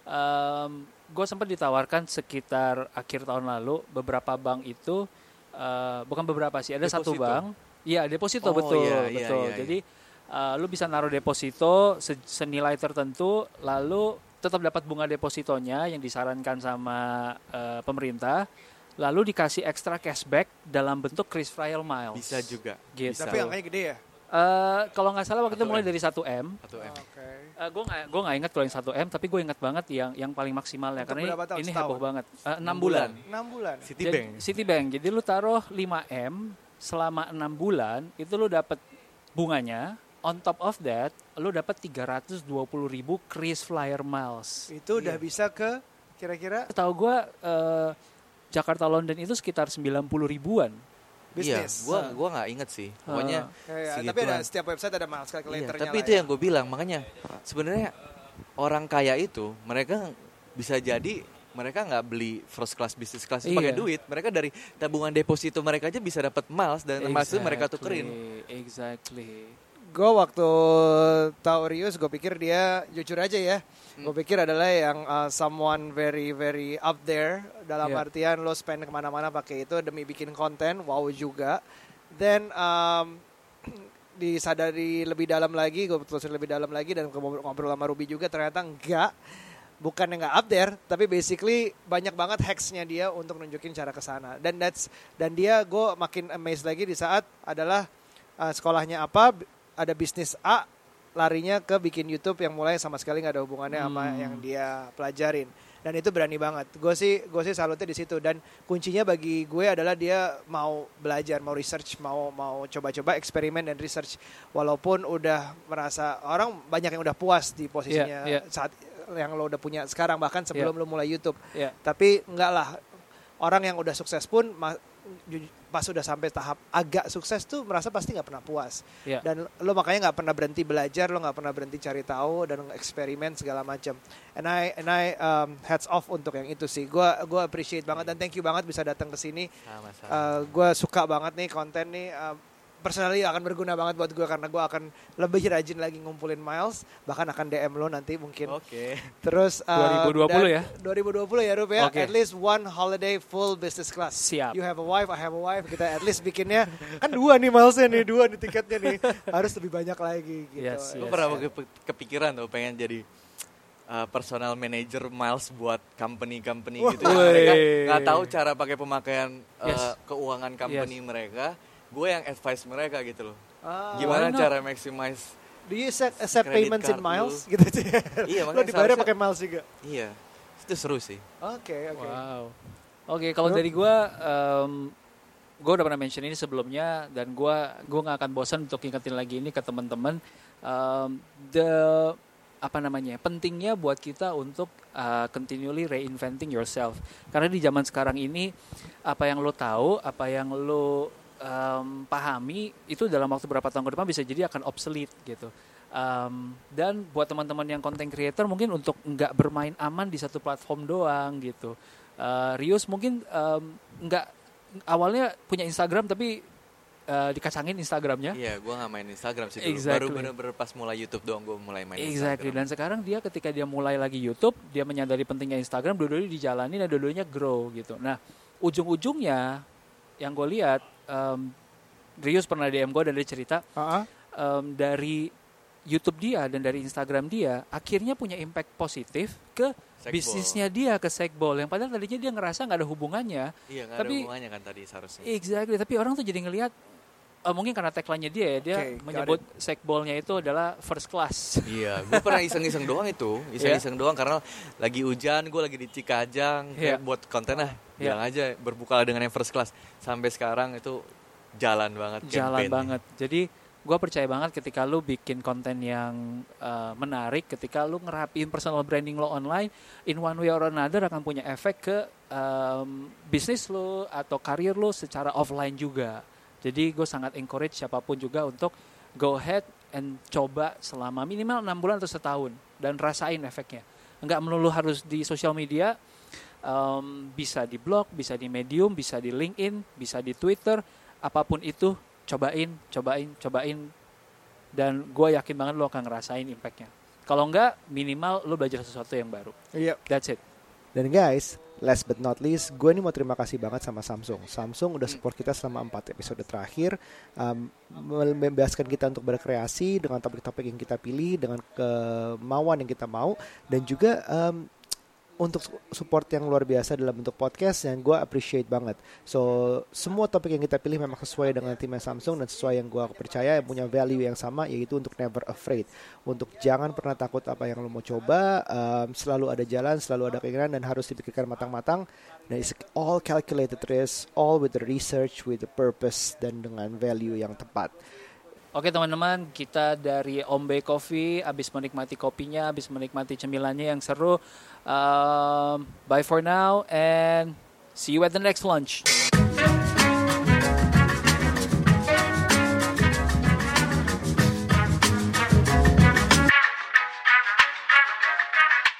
Um, gue sempat ditawarkan sekitar akhir tahun lalu, beberapa bank itu, uh, bukan beberapa sih, ada satu Deposito. bank. Iya, deposito Oh, betul, iya, iya, betul. iya, iya. Jadi uh, lu bisa naruh deposito se- senilai tertentu, lalu tetap dapat bunga depositonya yang disarankan sama uh, pemerintah. Lalu dikasih ekstra cashback dalam bentuk KrisFlyer Miles. Bisa juga. Gitu. Bisa. Tapi angkanya gede ya? Eh, kalau nggak salah waktu itu Satu mulai M. dari satu M. Satu M. Oke. Uh, gue nggak gue nggak ingat kalau yang satu M, tapi gue ingat banget yang yang paling maksimal ya Untuk karena berapa tahun? ini, ini Setahun? heboh banget. Eh, enam Enam bulan. bulan. enam bulan. Citibank. Jadi, Citibank. Jadi lu taruh lima M selama enam bulan itu lu dapat bunganya. On top of that, lu dapat tiga ratus dua puluh ribu KrisFlyer Miles. Itu udah Iya. bisa ke kira-kira Tahu gue eh, Jakarta London itu sekitar sembilan puluh ribuan. bisnis. Iya, gua gua nggak inget sih. Pokoknya Kayak, tapi segituan. ada setiap website ada miles calculator-nya Iya, tapi lah itu ya. yang gue bilang, makanya sebenarnya orang kaya itu mereka bisa jadi mereka nggak beli first class bisnis class itu pakai Iya. duit, mereka dari tabungan deposito mereka aja bisa dapat miles dan miles itu mereka tukerin. Exactly. Gue waktu tahu Rius, gue pikir dia jujur aja ya. Gue pikir adalah yang uh, someone very very up there dalam Yeah. artian lo spend kemana-mana pakai itu demi bikin konten, wow juga. Then um, disadari lebih dalam lagi, gue telusuri lebih dalam lagi dan ngobrol ngobrol sama Ruby juga ternyata enggak. Bukannya nggak up there, tapi basically banyak banget hacksnya dia untuk nunjukin cara ke sana. Dan that's dan dia gue makin amazed lagi di saat adalah uh, sekolahnya apa, ada bisnis A, larinya ke bikin YouTube yang mulai sama sekali nggak ada hubungannya sama Hmm. yang dia pelajarin. dan itu berani banget. Gue sih gue sih salutnya di situ, dan kuncinya bagi gue adalah dia mau belajar, mau research, mau mau coba-coba eksperimen dan research. Walaupun udah merasa orang banyak yang udah puas di posisinya yeah, yeah. saat yang lo udah punya sekarang, bahkan sebelum yeah. lo mulai YouTube. Yeah. Tapi enggak lah, orang yang udah sukses pun ma- pas udah sampai tahap agak sukses tuh merasa pasti nggak pernah puas. Yeah. Dan lo makanya nggak pernah berhenti belajar, lo nggak pernah berhenti cari tahu dan eksperimen segala macam. And I and I um, hats off untuk yang itu sih. Gue gue appreciate banget dan thank you banget bisa datang ke sini. Uh, gue suka banget nih konten nih. Uh, personally akan berguna banget buat gue karena gue akan lebih rajin lagi ngumpulin miles, bahkan akan D M lo nanti mungkin. Oke. Okay. Terus uh, dua ribu dua puluh ya. dua ribu dua puluh ya Rup ya. Okay. At least one holiday full business class. Siap. You have a wife, I have a wife. Kita at least bikinnya kan dua nih milesnya nih, dua nih tiketnya nih. Harus lebih banyak lagi gitu. Yes, Gue yes. pernah ke- kepikiran tuh pengen jadi uh, personal manager miles buat company-company gitu. Wah. Mereka nggak tahu cara pakai pemakaian uh, Yes. keuangan company Yes. mereka. Gue yang advice mereka gitu loh. Ah, Gimana why not? cara maximize? Do you accept, accept Credit payments in card miles dulu. gitu sih? Iya, Lo makanya dibayar seharusnya- pakai miles juga. Iya, itu seru sih. Oke, oke. Wow. Oke, kalau Bro? dari gue, um, gue udah pernah mention ini sebelumnya dan gue gue nggak akan bosan untuk ingetin lagi ini ke teman-teman. Um, the apa namanya? Pentingnya buat kita untuk uh, continually reinventing yourself. Karena di zaman sekarang ini apa yang lo tahu, apa yang lo um, pahami itu dalam waktu beberapa tahun ke depan bisa jadi akan obsolete gitu. Um, dan buat teman-teman yang content creator mungkin untuk nggak bermain aman di satu platform doang gitu. Uh, Rius mungkin um, nggak awalnya punya Instagram tapi uh, dikacangin Instagramnya. Iya, gue nggak main Instagram sih dulu. Exactly. Baru bener-bener pas mulai YouTube doang gue mulai main Exactly. Instagram. Dan sekarang dia ketika dia mulai lagi YouTube, dia menyadari pentingnya Instagram, dua-duanya dijalani dan dua-duanya grow gitu. Nah, ujung-ujungnya yang gue lihat, um, Rius pernah D M gue dan dia cerita Uh-huh. um, dari YouTube dia dan dari Instagram dia akhirnya punya impact positif ke Segbol. bisnisnya dia, ke Segbol. Yang padahal tadinya dia ngerasa nggak ada hubungannya. Iya, nggak Tapi- ada hubungannya kan tadi seharusnya. Exactly. Tapi orang tuh jadi ngelihat uh, mungkin karena tagline-nya dia ya, dia Okay, got menyebut Segbol-nya itu adalah first class. Iya, gue pernah iseng-iseng doang itu, iseng-iseng doang karena lagi hujan, gue lagi di Cikajang, Iya. kayak buat konten lah, Iya. bilang aja berbuka dengan yang first class. Sampai sekarang itu jalan banget. Jalan campaign-nya. banget. Jadi gue percaya banget ketika lu bikin konten yang uh, menarik, ketika lu ngerapiin personal branding lo online, in one way or another akan punya efek ke um, bisnis lo atau karir lo secara offline juga. Jadi gue sangat encourage siapapun juga untuk go ahead and coba selama minimal enam bulan atau setahun dan rasain efeknya. Enggak melulu harus di sosial media, um, bisa di blog, bisa di Medium, bisa di LinkedIn, bisa di Twitter, apapun itu. Cobain, cobain, cobain, dan gue yakin banget lo akan ngerasain impactnya. Kalau enggak, minimal lo belajar sesuatu yang baru. Iya. That's it. Dan guys, last but not least, gue ini mau terima kasih banget sama Samsung. Samsung udah support kita selama empat episode terakhir, um, membebaskan kita untuk berkreasi dengan topik-topik yang kita pilih, dengan kemauan yang kita mau, dan juga um, untuk support yang luar biasa dalam bentuk podcast yang gue appreciate banget. So, semua topik yang kita pilih memang sesuai dengan timnya Samsung dan sesuai yang gue percaya yang punya value yang sama, yaitu untuk never afraid. Untuk jangan pernah takut apa yang lo mau coba, um, selalu ada jalan, selalu ada keinginan dan harus dipikirkan matang-matang. Dan it's all calculated risk, all with the research, with the purpose, dan dengan value yang tepat. Oke teman-teman, kita dari Ombe Coffee, abis menikmati kopinya, abis menikmati cemilannya yang seru. Um, bye for now and see you at the next lunch.